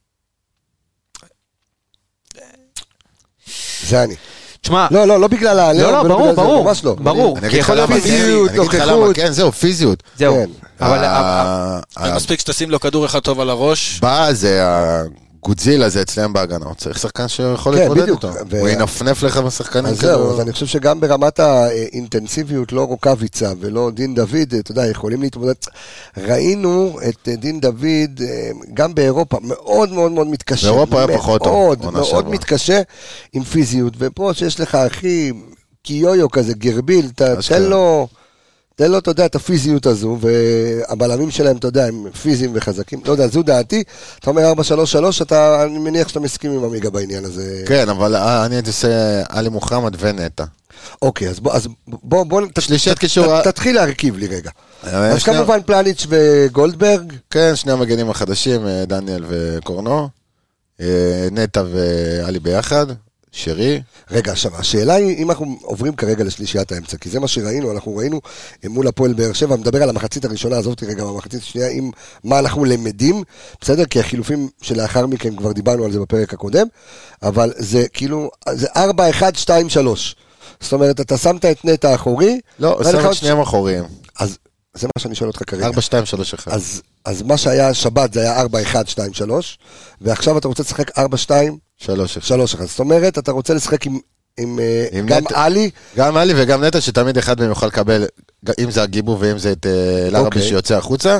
זה אני. תשמע, לא בגלל העליון. לא, ברור, ממש לא. ברור. אני אגיד לך למה, פיזיות, אני אגיד לך למה, נוכחות. כן, זהו, פיזיות. זהו. כן. אבל מספיק שתשים לו כדור אחד טוב על הראש. זה הגודזיל הזה אצלם בהגנה, הוא צריך שחקן שיכול כן, להתמודד בדיוק. אותו. הוא ינפנף לך בשחקנים. אז זהו, אז אני חושב שגם ברמת האינטנסיביות, לא רוקביצה ולא דין דוד, אתה יודע, יכולים להתמודד. ראינו את דין דוד, גם באירופה, מאוד מאוד מאוד מתקשה. באירופה היה פחות טוב. מאוד מתקשה עם פיזיות, ופה שיש לך הכי קיויו כזה, גרביל, תן לו, אתה יודע, את הפיזיות הזו, והבלמים שלהם, אתה יודע, הם פיזיים וחזקים. לא יודע, זו דעתי. אתה אומר 4-3-3, אני מניח שאתה מסכים עם עמיגה בעניין הזה. כן, אבל אני הייתי עושה עלי מוחמד ונטה. אוקיי, אז בוא שלישת קישור. תתחיל להרכיב לי רגע. אז כמובן פלניץ' וגולדברג. כן, שני המגנים החדשים, דניאל וקורנו. נטה ועלי ביחד. שרי. רגע, עכשיו, השאלה היא, אם אנחנו עוברים כרגע לשלישיית האמצע, כי זה מה שראינו, אנחנו ראינו מול הפועל באר שבע, מדבר על המחצית הראשונה, עזובתי רגע במחצית השנייה, עם מה אנחנו למדים, בסדר? כי החילופים שלאחר מכן, כבר דיברנו על זה בפרק הקודם, אבל זה כאילו, זה 4-1-2-3. זאת אומרת, אתה שמת את נטע האחורי. לא, שם את שניהם אחוריים. אז זה מה שאני שואל אותך כרגע. 4-2-3-1. אז מה שהיה שבת זה היה 4-1-2-3, ועכשיו אתה רוצה לשחק 4-2-3-1. זאת אומרת, אתה רוצה לשחק עם גם עלי. גם עלי וגם נטע, שתמיד אחד מהם יוכל לקבל, אם זה הגיבוב ואם זה את לרבי שיוצא החוצה.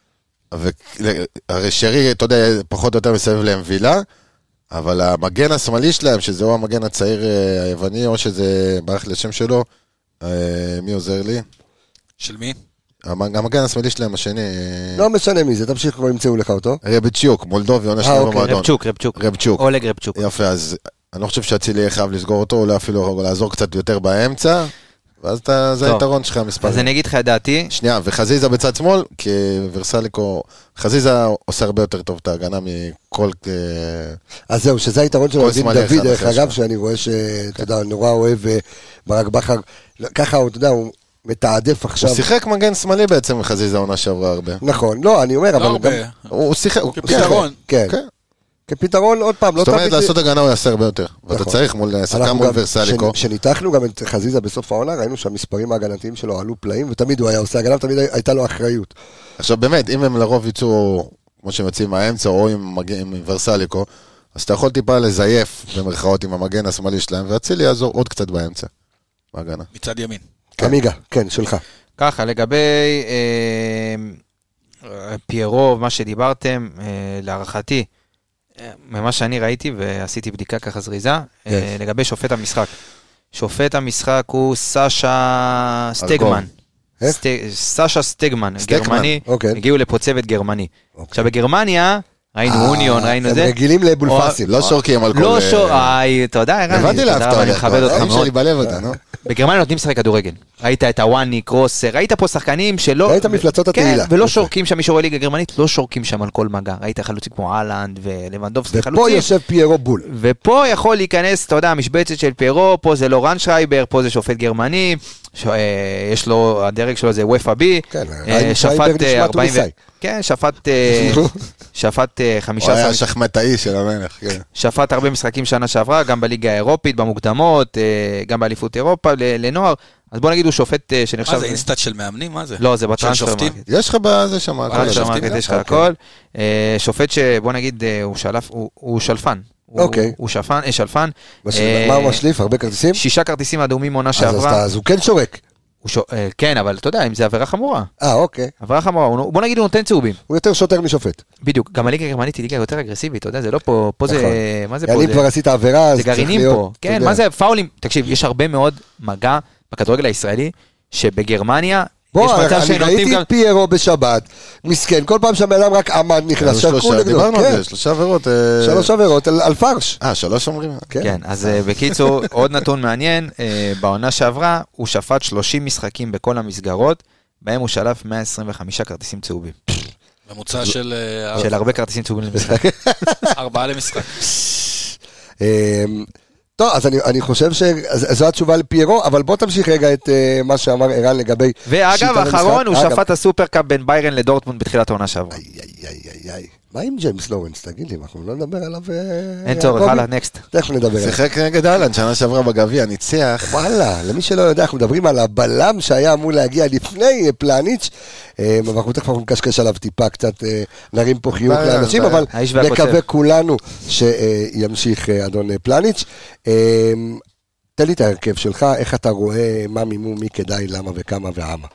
הרי שרי, אתה יודע, פחות או יותר מסביב להם וילה, אבל המגן השמאלי שלהם, שזה או המגן הצעיר היווני, או שזה ברח לשם שלו, מי עוזר לי? של מי? המגן השמאלי שלהם השני... לא משנה מי זה, תמשיך כבר ימצאו לך אותו. רבצ'וק, מולדובי, עונה שלנו במועדון. רבצ'וק. אולג רבצ'וק. יפה, אז אני לא חושב שהצילי יהיה חייב לסגור אותו, אולי אפילו לעזור קצת יותר באמצע, ואז זה היתרון שלך המספרים. אז אני אגיד לך את דעתי. שנייה, וחזיזה בצד שמאל, כי ורסליקו... חזיזה עושה הרבה יותר טוב את ההגנה מכל... אז זהו, שזה היתרון של דין דוד, דרך אגב, שאני רואה שאתה יודע, נורא אוהב ברק בכר, ככה, אתה יודע, הוא מתעדף עכשיו. הוא שיחק מגן שמאלי בעצם, חזיזה עונה שעברה הרבה. נכון, לא, אני אומר, אבל גם... הוא שיחק... כפתרון. כן. כפתרון, עוד פעם, זאת אומרת, לעשות הגנה הוא יעשה הרבה יותר. ואתה צריך שחקן מול ורסליקו. כשניתחנו גם את חזיזה בסוף העונה, ראינו שהמספרים ההגנתיים שלו עלו פלאים, ותמיד הוא היה עושה הגנה, ותמיד הייתה לו אחריות. עכשיו באמת, אם הם לרוב יצאו, כמו שהם יוצאים מהאמצע, או עם ורסליקו, אז אתה יכול טיפה לזייף במרכאות עם המגן השמאלי שלהם, והצילי יעזור עוד קצת באמצע, בהגנה. מצד ימין. עמיגה, כן, שלך. ככה, לגבי פיירו, מה שדיברתם, להערכתי, ממה שאני ראיתי, ועשיתי בדיקה ככה זריזה, לגבי שופט המשחק. שופט המשחק הוא סאשה סטגמן. סאשה סטגמן, גרמני, הגיעו לפה צוות גרמני. עכשיו בגרמניה, ראינו אוניון, ראינו זה. הם רגילים לבולפסים. לא שורקים על כל... לא שורקים, אתה יודע, הבנתי להפתעה, אני מכבד אותך מאוד. שלי בלב אותה, נו. בגרמניה נותנים לשחק כדורגל. ראית את הוואני, קרוס, ראית פה שחקנים שלא... ראית מפלצות התהילה. ולא שורקים שם, מי שרואה ליגה גרמנית, לא שורקים שם על כל מגע. ראית חלוצים כמו אהלנד ולבנדובסקי חלוצים. ופה יושב פיירו בול. ופה יכול להיכנס, אתה יודע, המשבצת של פיירו, פה זה לורן שרייבר, פה זה שופט גרמני, יש לו, הדרג שלו זה וופא בי. כן, שרייבר נשמע טוניסאי. כן, שפט 15... הוא היה שחמטאי של המלך, כן. שפט הרבה משחקים שנה שעברה, גם בליגה האירופית, במוקדמות, גם באליפות אירופה, לנוער. אז בוא נגיד הוא שופט שנחשב... מה זה, אינסטאט של מאמנים? מה זה? לא, זה בטרנספר מרקט. יש לך בזה שם, יש לך הכל. שופט שבוא נגיד הוא שלפן. אוקיי. הוא שלפן. מה הוא משליף? הרבה כרטיסים? 6 כרטיסים אדומים עונה שעברה. אז הוא כן שורק. כן, אבל אתה יודע, אם זה עבירה חמורה. אוקיי. עבירה חמורה, בוא נגיד הוא נותן צהובים. הוא יותר שוטר משופט. בדיוק, גם הליגה הגרמנית היא ליגה יותר אגרסיבית, אתה יודע, זה לא פה, פה זה, מה זה פה? אני כבר עשית עבירה, זה גרעינים פה, כן, מה זה פאולים? תקשיב, יש הרבה מאוד מגע בכדורגל הישראלי, שבגרמניה בוא, מצב אני שנותנים ראיתי גם... את פיירו בשבת, מסכן, כל פעם שהבן אדם רק עמד נכנס, שרקו נגדו. דיברנו כן. על זה, 3 עבירות. 3 עבירות על פרש. 3 אומרים? כן, אז בקיצור, עוד נתון מעניין, בעונה שעברה, הוא שפט 30 משחקים בכל המסגרות, בהם הוא שלף 125 כרטיסים צהובים. ממוצע של הרבה כרטיסים צהובים למשחק. 4 למשחק. טוב, אז אני חושב שזו התשובה לפיירו, אבל בוא תמשיך רגע את מה שאמר ערן לגבי... ואגב, האחרון, הוא שפט הסופרקאפ בין ביירן לדורטמונד בתחילת העונה שעברה. איי. מה עם ג'יימס לורנס? תגיד לי, אנחנו לא נדבר עליו... אין צורך, הלאה, נקסט. תכף נדבר עליו. שיחק נגד אהלנד, שנה שעברה בגביע, ניצח. וואלה, למי שלא יודע, אנחנו מדברים על הבלם שהיה אמור להגיע לפני פלניץ', ואנחנו תכף נקשקש עליו טיפה, קצת נרים פה חיוך לאנשים, אבל נקווה כולנו שימשיך אדון פלניץ'. תן לי את ההרכב שלך, איך אתה רואה מה מימו, מי כדאי, למה וכמה והמה.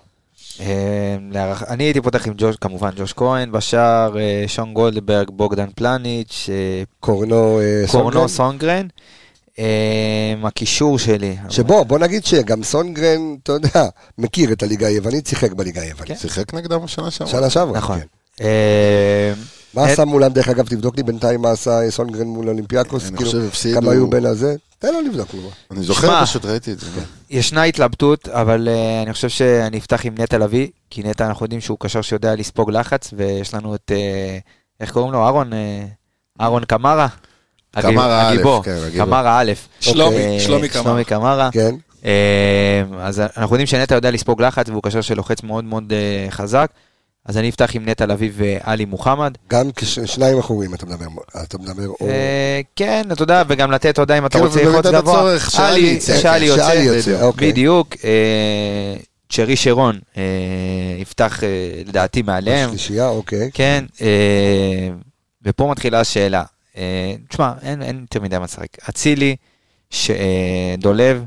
אני הייתי פותח עם כמובן ג'וש כהן בשער, שון גולדברג, בוגדן פלניץ', קורנו סונגרן. הקישור שלי. שבוא נגיד שגם סונגרן, אתה יודע, מכיר את הליגה היוונית, שיחק בליגה היוונית. שיחק נגדם שנה שעברה. שנה שעברה, נכון. מה עשה מולם, דרך אגב, תבדוק לי בינתיים מה עשה סונגרן מול אולימפיאקוס, אני חושב הפסידו... כמה היו בין הזה, תן לו לבדוק לו. אני זוכר, פשוט ראיתי את זה. ישנה התלבטות, אבל אני חושב שאני אפתח עם נטע לביא, כי נטע אנחנו יודעים שהוא קשר שיודע לספוג לחץ, ויש לנו את, איך קוראים לו? אהרון קמרה? קמרה א', קמרה א'. שלומי קמרה. כן. אז אנחנו יודעים שנטע יודע לספוג לחץ, והוא קשר שלוחץ מאוד מאוד חזק, אז אני אפתח עם נטע לביא ואלי מוחמד. גם כשניים אחורים אתה מדבר או... כן, אתה יודע, וגם לתת, אתה יודע, אם אתה רוצה ללחוץ גבוה. שאלי יוצא, בדיוק. צ'רי שרון יפתח לדעתי מעליהם. בשלישייה, אוקיי. כן, ופה מתחילה השאלה. תשמע, אין יותר מדי מצחק. אצילי, דולב,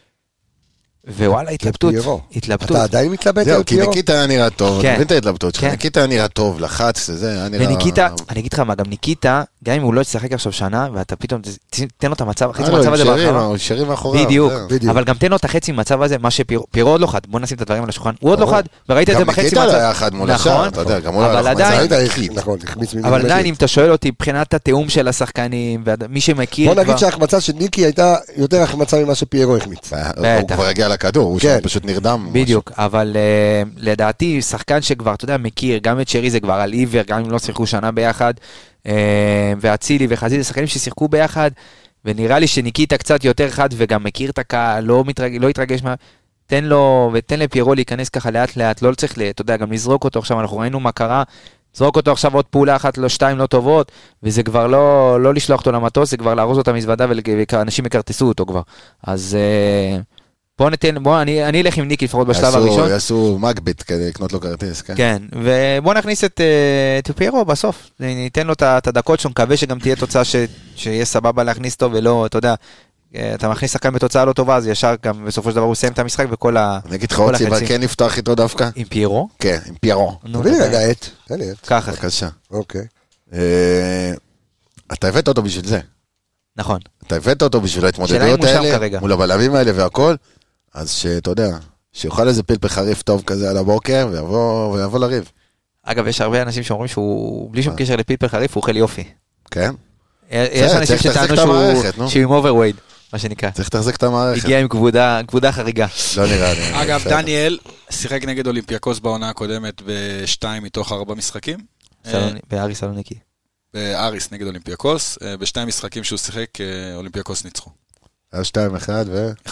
ווואלה, התלבטות. אתה עדיין מתלבט זהו, על כי פיירו? ניקיטה היה נראה טוב, כן. מבין את ההתלבטות שלך, כן. ניקיטה היה נראה טוב, לחץ, זה היה נראה... וניקיטה, אני אגיד לך מה, גם ניקיטה, גם אם הוא לא ישחק עכשיו שנה, ואתה פתאום תן לו את המצב, חצי מצב הזה בהרחבה. הוא שרים מאחוריו. בדיוק, אבל גם תן לו את החצי מצב הזה, מה שפירו עוד לא חד, בוא נשים את הדברים על השולחן, הוא עוד לא חד, וראית את זה בחצי מצב. גם ניקיטה היה חד מול השאר, אתה יודע, גם הוא לא היה אבל עדיין, אם אתה שואל אותי, מבחינת התיאום של השחקנים, ומי שמכיר... בוא נגיד שההחמצה של ניקי הייתה יותר החמצה ממה שפיירו החמיץ. הוא כבר הגיע לכדור, הוא פשוט נרדם. בדיוק, אבל לדעתי, שחקן שכבר, אתה יודע, מכיר, גם את שרי זה כבר על עיוור, גם אם לא שיחקו שנה ביחד, ואצילי וחזיזה, שחקנים ששיחקו ביחד, ונראה לי שניקיטה קצת יותר חד, וגם מכיר את הקהל, לא יתרגש מה... תן לו, ותן לפיירו להיכנס ככה לאט לאט, לא צריך, אתה יודע, גם לזרוק אותו עכשיו, אנחנו ראינו מה קרה, זרוק אותו עכשיו עוד פעולה אחת, לא שתיים לא טובות, וזה כבר לא לשלוח אותו למטוס, זה כבר לארוז אותה מזוודה, ואנשים יקרטסו אותו כבר. אז אני אלך עם ניקי לפחות בשלב הראשון. יעשו מגביט כדי לקנות לו כרטיס, כן. כן, ובוא נכניס את פיירו בסוף, ניתן לו את הדקות שהוא מקווה שגם תהיה תוצאה שיהיה סבבה להכניס אותו, ולא, אתה יודע, אתה מכניס שחקן בתוצאה לא טובה, אז ישר גם בסופו של דבר הוא סיים את המשחק וכל החצים. אני אגיד לך עוד סיבה, כן נפתח איתו דווקא? עם פיירו? כן, עם פיירו. תביא לי רגע את. ככה. בבקשה. אוקיי. אתה הבאת אותו בשביל זה. נכון. אתה הבאת אותו בשביל ההתמודדויות האלה, מול הבלמים האלה והכל, אז שאתה יודע, שיוכל איזה פלפל חריף טוב כזה על הבוקר, ויבוא לריב. אגב, יש הרבה אנשים שאומרים שהוא, בלי שום קשר לפלפל חריף, הוא אוכל יופי. כן? יש אנשים שטענו שהוא עם אוברווייד, מה שנקרא. צריך לתחזק את המערכת. הגיע עם כבודה חריגה. לא נראה לי. אגב, דניאל שיחק נגד אולימפיאקוס בעונה הקודמת ב2 מתוך 4 משחקים. באריס סלוניקי. באריס נגד אולימפיאקוס, ב2 משחקים שהוא שיחק, אולימפיאקוס ניצחו. היה 2-1 ו... 1-0.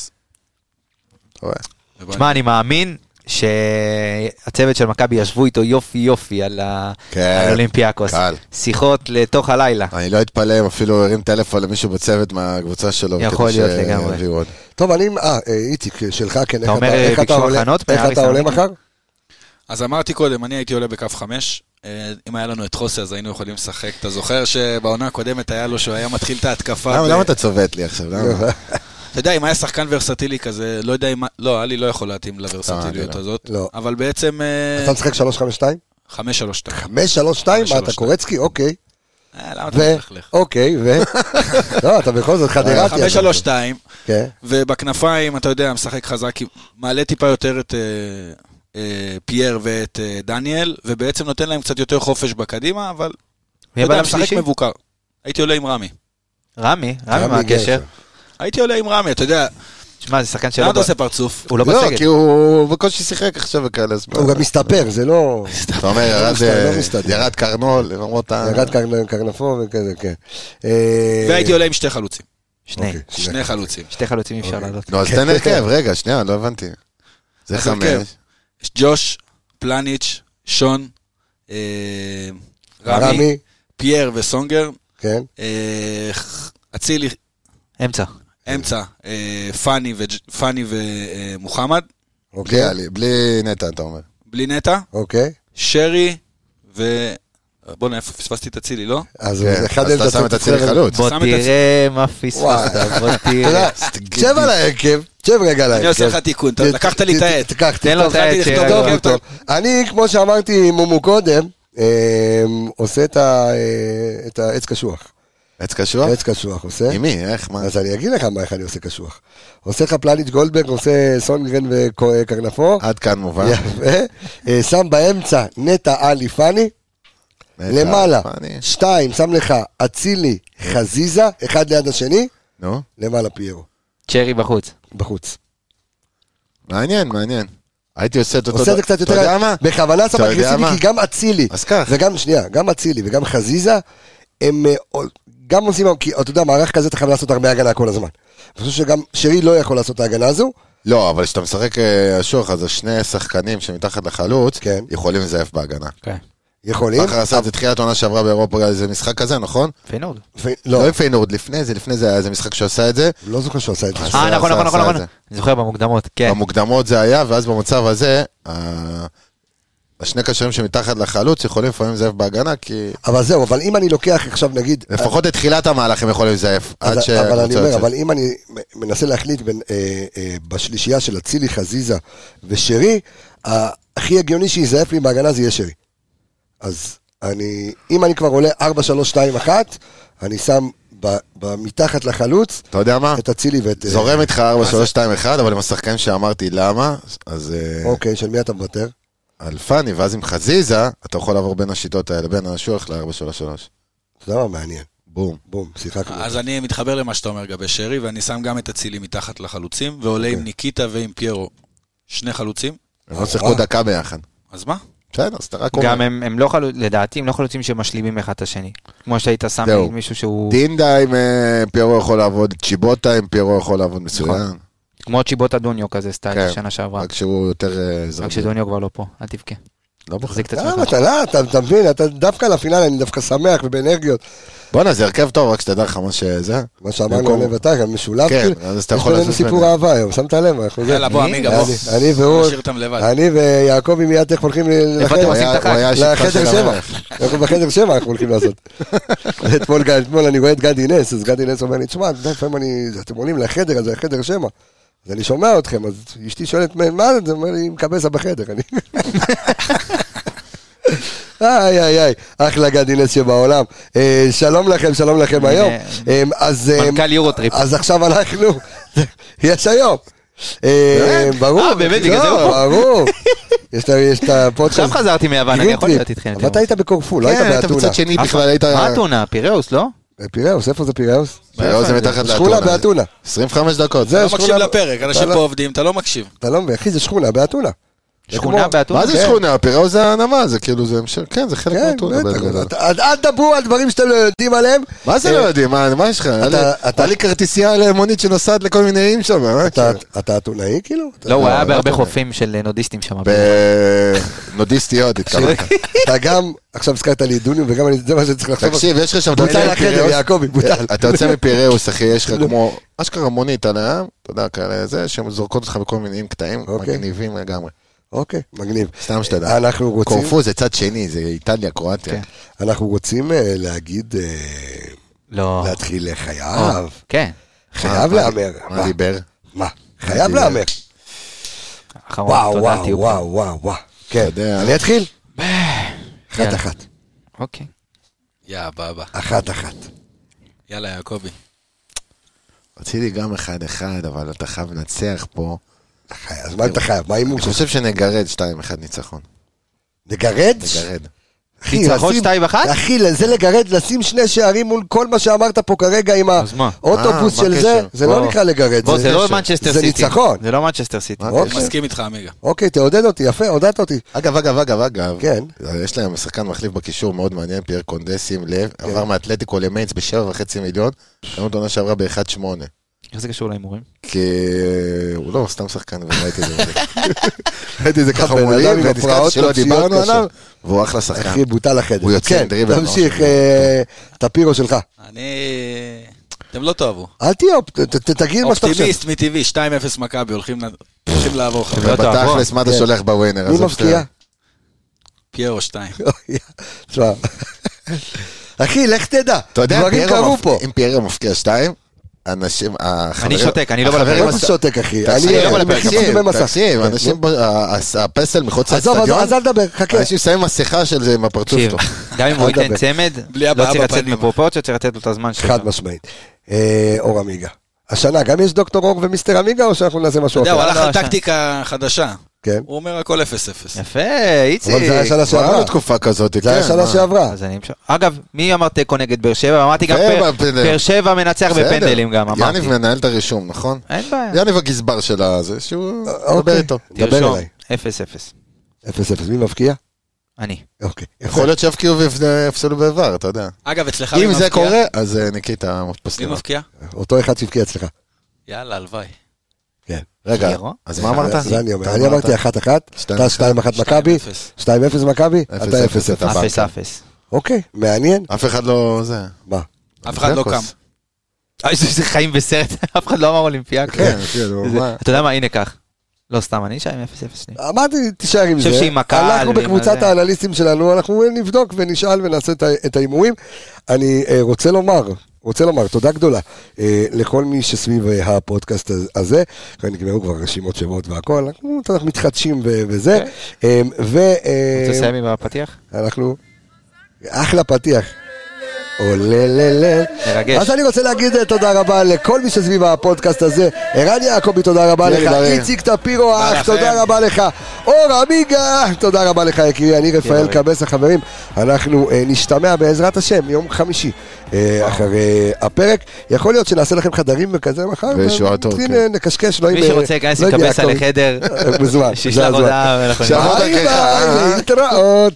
תשמע, אני מאמין שהצוות של מכבי ישבו איתו יופי על אולימפיאקוס. שיחות לתוך הלילה. אני לא אתפלא אם אפילו הרים טלפון למישהו בצוות מהקבוצה שלו. יכול להיות לגמרי. טוב, איציק, שלך כן. אתה אומר ביקשו הכנות? איך אתה עולה מחר? אז אמרתי קודם, אני הייתי עולה בקו 5. אם היה לנו את חוסה, אז היינו יכולים לשחק. אתה זוכר שבעונה הקודמת היה לו שהוא היה מתחיל את ההתקפה. למה אתה צובט לי עכשיו? אתה יודע, אם היה שחקן ורסטילי כזה, לא יודע אם... לא, אלי לא יכול להתאים לוורסטיליות הזאת. אבל בעצם... אתה משחק 3-5-2? 5-3-2. 5-3-2? מה, אתה קורצקי? אוקיי. למה אתה מתלכלך? אוקיי, לא, אתה בכל זאת חדירתי. 5-3-2, ובכנפיים, אתה יודע, משחק חזק, מעלה טיפה יותר פייר ואת דניאל, ובעצם נותן להם קצת יותר חופש בקדימה, אבל משחק מבוקר. הייתי עולה עם רמי. רמי מה הקשר? הייתי עולה עם רמי, אתה יודע. שמע, זה שחקן שלו. למה אתה עושה פרצוף? הוא לא לא, בסגל. כי הוא בקושי שיחק עכשיו וכאלה. הוא גם מסתפר, זה לא... אתה אומר, ירד קרנול, למרות ה... ירד קרנפו וכזה, כן. והייתי עולה עם שתי חלוצים. שני חלוצים אי אפשר לעלות. נו, אז תן הרכב, רגע, שנייה, לא הבנתי. זה 5. יש ג'וש, פלניץ', שון, רמי, פייר וסונגר. כן. אצילי. אמצע, פני ומוחמד. בלי נטע, אתה אומר. בלי נטע. אוקיי. שרי בוא נאיפה, פספסתי את אצילי, לא? אז אתה שם את אצילי חלוץ. בוא תראה מה פספסת, בוא תראה. שב על ההרכב, שב רגע על ההרכב. אני עושה לך תיקון, לקחת לי את העט. תן לו את העט. אני, כמו שאמרתי מומו קודם, עושה את העץ קשוח. עץ קשוח? עץ קשוח, עושה. עם מי? איך, מה? אז אני אגיד לך מה, איך אני עושה קשוח. עושה לך פלניץ' גולדברג, עושה סונגרן וקרנפו. עד כאן מובן. שם באמצע נטע עלי פני. למעלה, 2, שם לך אצילי חזיזה, אחד ליד השני. נו. למעלה פיירו. צ'רי בחוץ. בחוץ. מעניין. הייתי עושה את אותו... עושה את זה קצת יותר... אתה יודע מה? בכוונה שם אגרסיבי, כי גם אצילי. אז כך. גם אצילי וגם חזיזה, הם גם עושים... כי אתה יודע, מערך כזה אתה חייב לעשות הרבה הגנה כל הזמן. אני חושב שגם שרי לא יכול לעשות את ההגנה הזו. לא, אבל כשאתה משחק השוח, אז שני שחקנים שמתחת לחלוץ, יכולים לזייף בהגנה. כן. יכולים. אחר עשה את זה תחילת עונה שעברה באירופה, זה משחק כזה, נכון? פיינורד. לא פיינורד, לפני זה היה איזה משחק שעושה את זה. לא זוכר שעשה את זה. נכון. אני זוכר במוקדמות, כן. במוקדמות זה היה, ואז במצב הזה, השני קשרים שמתחת לחלוץ יכולים לפעמים לזייף בהגנה, כי... אבל אם אני לוקח עכשיו נגיד... לפחות את תחילת המהלך הם יכולים לזייף. אבל אם אני מנסה להחליט בשלישייה של אצילי, חזיזה ושרי, הכי הגיוני שיזייף לי בהגנה זה יהיה שרי. אז אם אני כבר עולה 4-3-2-1, אני שם מתחת לחלוץ, אתה יודע מה? את אצילי ואת... זורם איתך 4-3-2-1, אבל עם השחקנים שאמרתי למה, אז... אוקיי, של מי אתה מוותר? על פני, ואז עם חזיזה, אתה יכול לעבור בין השיטות האלה, בין השוח ל-4-3-3. אתה יודע מה מעניין? בום. שיחקנו. אז אני מתחבר למה שאתה אומר גבי שרי, ואני שם גם את אצילי מתחת לחלוצים, ועולה עם ניקיטה ועם פיירו, שני חלוצים. הם לא שיחקו דקה ביחד. אז מה? בסדר, אז אתה רק אומר. גם הם לא חלוצים, לדעתי, הם לא חלוצים שמשלימים אחד את השני. כמו שהיית שם מישהו שהוא... דינדה עם פיירו יכול לעבוד, צ'יבוטה עם פיירו יכול לעבוד מצוין. כמו צ'יבוטה דוניו כזה סטייל, שנה שעברה. רק שהוא יותר זרבי. רק שדוניו כבר לא פה, אל תבכה. לא תחזיק את עצמך. אתה מבין, אתה דווקא לפינל, אני דווקא שמח ובאנרגיות. בוא'נה, זה הרכב טוב, רק שתדע לך מה שזה. מה שאמרנו עליו ואתה, גם משולב. כן, אז אתה יכול לעשות סיפור אהבה היום, שמת לב? יאללה, בוא, עמיגה, בוא. אני ויעקבי מיד איך הולכים לחדר 7. אנחנו בחדר 7 אנחנו הולכים לעשות. אתמול אני רואה את גדי נס, אז גדי נס אומר לי, תשמע, אתם עולים לחדר הזה, לחדר 7. אז אני שומע אתכם, אז אשתי שואלת, מה זה? אומר לי, מקבסה בחדר. איי, אחלה גדי נס שבעולם. שלום לכם היום. מנכ"ל יורוטריפ. אז עכשיו אנחנו, יש היום. ברור. באמת, בגלל זה הוא פה. ברור. יש את הפודקאסט. עכשיו חזרתי מיוון, אני יכול להיות איתכם. אבל אתה היית בקורפו, לא היית באתונה. כן, אתה בצד שני בכלל היית... מה אתונה? פיראוס, לא? פיראוס, איפה זה פיראוס? פיראוס זה מתחת לאתונה. שכונה באתונה. 25 דקות. אתה לא מקשיב לפרק, אנשים פה עובדים, אתה לא מקשיב. אתה לא מבין, אחי, זה שכונה באתונה. שכונה באתונה? מה זה שכונה? פיראוס זה הנמל, זה כאילו, זה המשך, כן, זה חלק מאתונה. אל תדברו על דברים שאתם לא יודעים עליהם. מה זה לא יודעים? מה יש לך? היה לי כרטיסייה למונית שנוסעת לכל מיני איים שם. אתה אתונאי כאילו? לא, הוא היה בהרבה חופים של נודיסטים שם. בנודיסטיות, התכוונת. אתה גם, עכשיו הזכרת לי דוניו, וגם זה מה שצריך לחשוב. תקשיב, יש לך שם... בוטל לחדר, יעקבי, בוטל. אתה יוצא מפיראוס, אחי, יש לך כמו... אשכרה מונית על הים, אתה יודע, כאלה זה, שהן זורקות אותך בכל מיני קטעים, מגניבים לגמרי. אוקיי, מגניב. סתם שתדע. אנחנו רוצים... קורפו זה צד שני, זה איטליה, קרואטיה. אנחנו רוצים להגיד... לא. להתחיל חייב. כן. חייב לאמר. מה דיבר? מה? חייב לאמר. וואו. כן, אני אתחיל? 1-1. אוקיי. יא, בבא. 1-1. יאללה, יעקבי. רציתי גם 1-1, אבל אתה חייב לנצח פה. אז מה אתה חייב? מה האימור אני שלך? חושב שנגרד 2-1 ניצחון. נגרד? נגרד. אחי, ניצחון לשים- 2-1? אחי, זה לגרד, לשים 2 שערים מול כל מה שאמרת פה כרגע עם אז מה? האוטובוס מה של הקשר? זה, זה לא בוא. נקרא לגרד. בוא, זה לא מנצ'סטר זה סיטי. ניצחון. זה לא מנצ'סטר סיטי. אוקיי. מסכים איתך, עמיגה. אוקיי, תעודד אותי, יפה, עודדת אותי. אגב, כן. יש להם שחקן מחליף בקישור מאוד מעניין, פייר קונדה, שים לב, עבר מאתלטיקו למיינץ ב7.5 מיליון, קנו עונה שעברה ב1.8. איך זה קשור להימורים? כי הוא לא סתם שחקן, וראיתי את זה. ראיתי את זה ככה בן מולי, אדם עם ונזכרתי הפרעות שלא נפשיות דיברנו קשות. עליו, והוא אחלה שחקן. אחי, בוטל החדר. הוא יוצא כן, עם דריבל. תמשיך, טפירו שלך. אתם לא תאהבו. אל תהיה, תגיד מה שאתה חושב. אופטימיסט מטבעי, 2-0 מכבי, הולכים לעבור חבר. לא תעבור. ובתכלס, מה אתה כן. שולח בווינר? מי עזוב מבקיע? פיירו 2. תשמע. אחי, לך תדע. אתה יודע, דברים קרו פה. אם פיירו מפקיע 2, אנשים, אני שותק, אני לא בא החברים לפרק. מה זה שותק, אחי? תקשיב, אני לא לפרק. מחליף דמי מסך. תקשיב, כן, אנשים, הפסל מחוץ עזוב, לאצטדיון, אז אל תדבר, חכה. אנשים שמים מסכה של זה עם הפרצוף תקשיב, שלו. גם אם הוא אל ייתן תדבר. צמד, בלי לא הבעה צריך לצאת בפנים. מפרופורציות, צריך לתת לו את הזמן שלו. חד משמעית. אור עמיגה. השנה גם יש דוקטור אור ומיסטר עמיגה, או שאנחנו נעשה משהו אתה יודע, הוא אחר? הלך לא, על השנה. טקטיקה חדשה. כן. הוא אומר הכל 0-0. יפה, איציק. אבל זה היה שנה כבר שעברה. היה תקופה כזאת, זה היה כן, שנה מה? שעברה. אז אני משהו. אגב, מי אמר תיקו נגד באר שבע? אמרתי גם בפנדל. באר שבע מנצח בסדר. בפנדלים גם, אמרתי. יניב מנהל את הרישום, נכון? אין בעיה. יניב הגזבר של הזה, שהוא מדבר אוקיי. איתו. דבר תרשום, אליי. 0-0. 0-0. מי מבקיע? אני. אוקיי. יכול להיות שיפקיעו ויפסלו בעבר, אתה יודע. אגב, אצלך מי אם מבקיע? זה קורה, אז ניקיטה מי פוסלים. מבקיע? אותו אחד שהבקיע אצלך. יאללה, הלוואי. כן. רגע, פיירו? אז מה אמרת? זה אני אומר. אתה אני אמרת? אמרתי 1-1, אתה 2-1 מכבי, 2-0 מכבי, אתה 0-0. 0-0. 0-0. אוקיי, מעניין. אף אחד לא זה. מה? אף אחד לא קם. זה חיים בסרט, אף אחד לא אמר אולימפיאקו. כן, כאילו, מה? אתה יודע מה, הנה כך. לא סתם, אני אשאר עם 0-0 שלי. אמרתי, תישאר עם חושב זה. שעם הקהל אנחנו ועם בקבוצת הזה. האנליסטים שלנו, אנחנו נבדוק ונשאל ונעשה את ההימורים. אני רוצה לומר, תודה גדולה לכל מי שסביב הפודקאסט הזה, נגמרו כבר רשימות שמות והכל, אנחנו מתחדשים וזה. רוצה לסיים עם הפתיח? אנחנו, אחלה פתיח. עולה. מרגש. אז אני רוצה להגיד תודה רבה לכל מי שסביב הפודקאסט הזה. ערן יעקבי, תודה רבה לך. איציק טפירו, אח, תודה רבה לך. אור עמיגה, תודה רבה לך יקרי. אני רפאל קבס, החברים. אנחנו נשתמע בעזרת השם יום חמישי אחרי הפרק. יכול להיות שנעשה לכם חדרים וכזה מחר. ושועתו, כן. נקשקש. מי שרוצה להיכנס עם קבסה לחדר, מזמן. שישלח הודעה. ואנחנו ביי ביי, להתראות.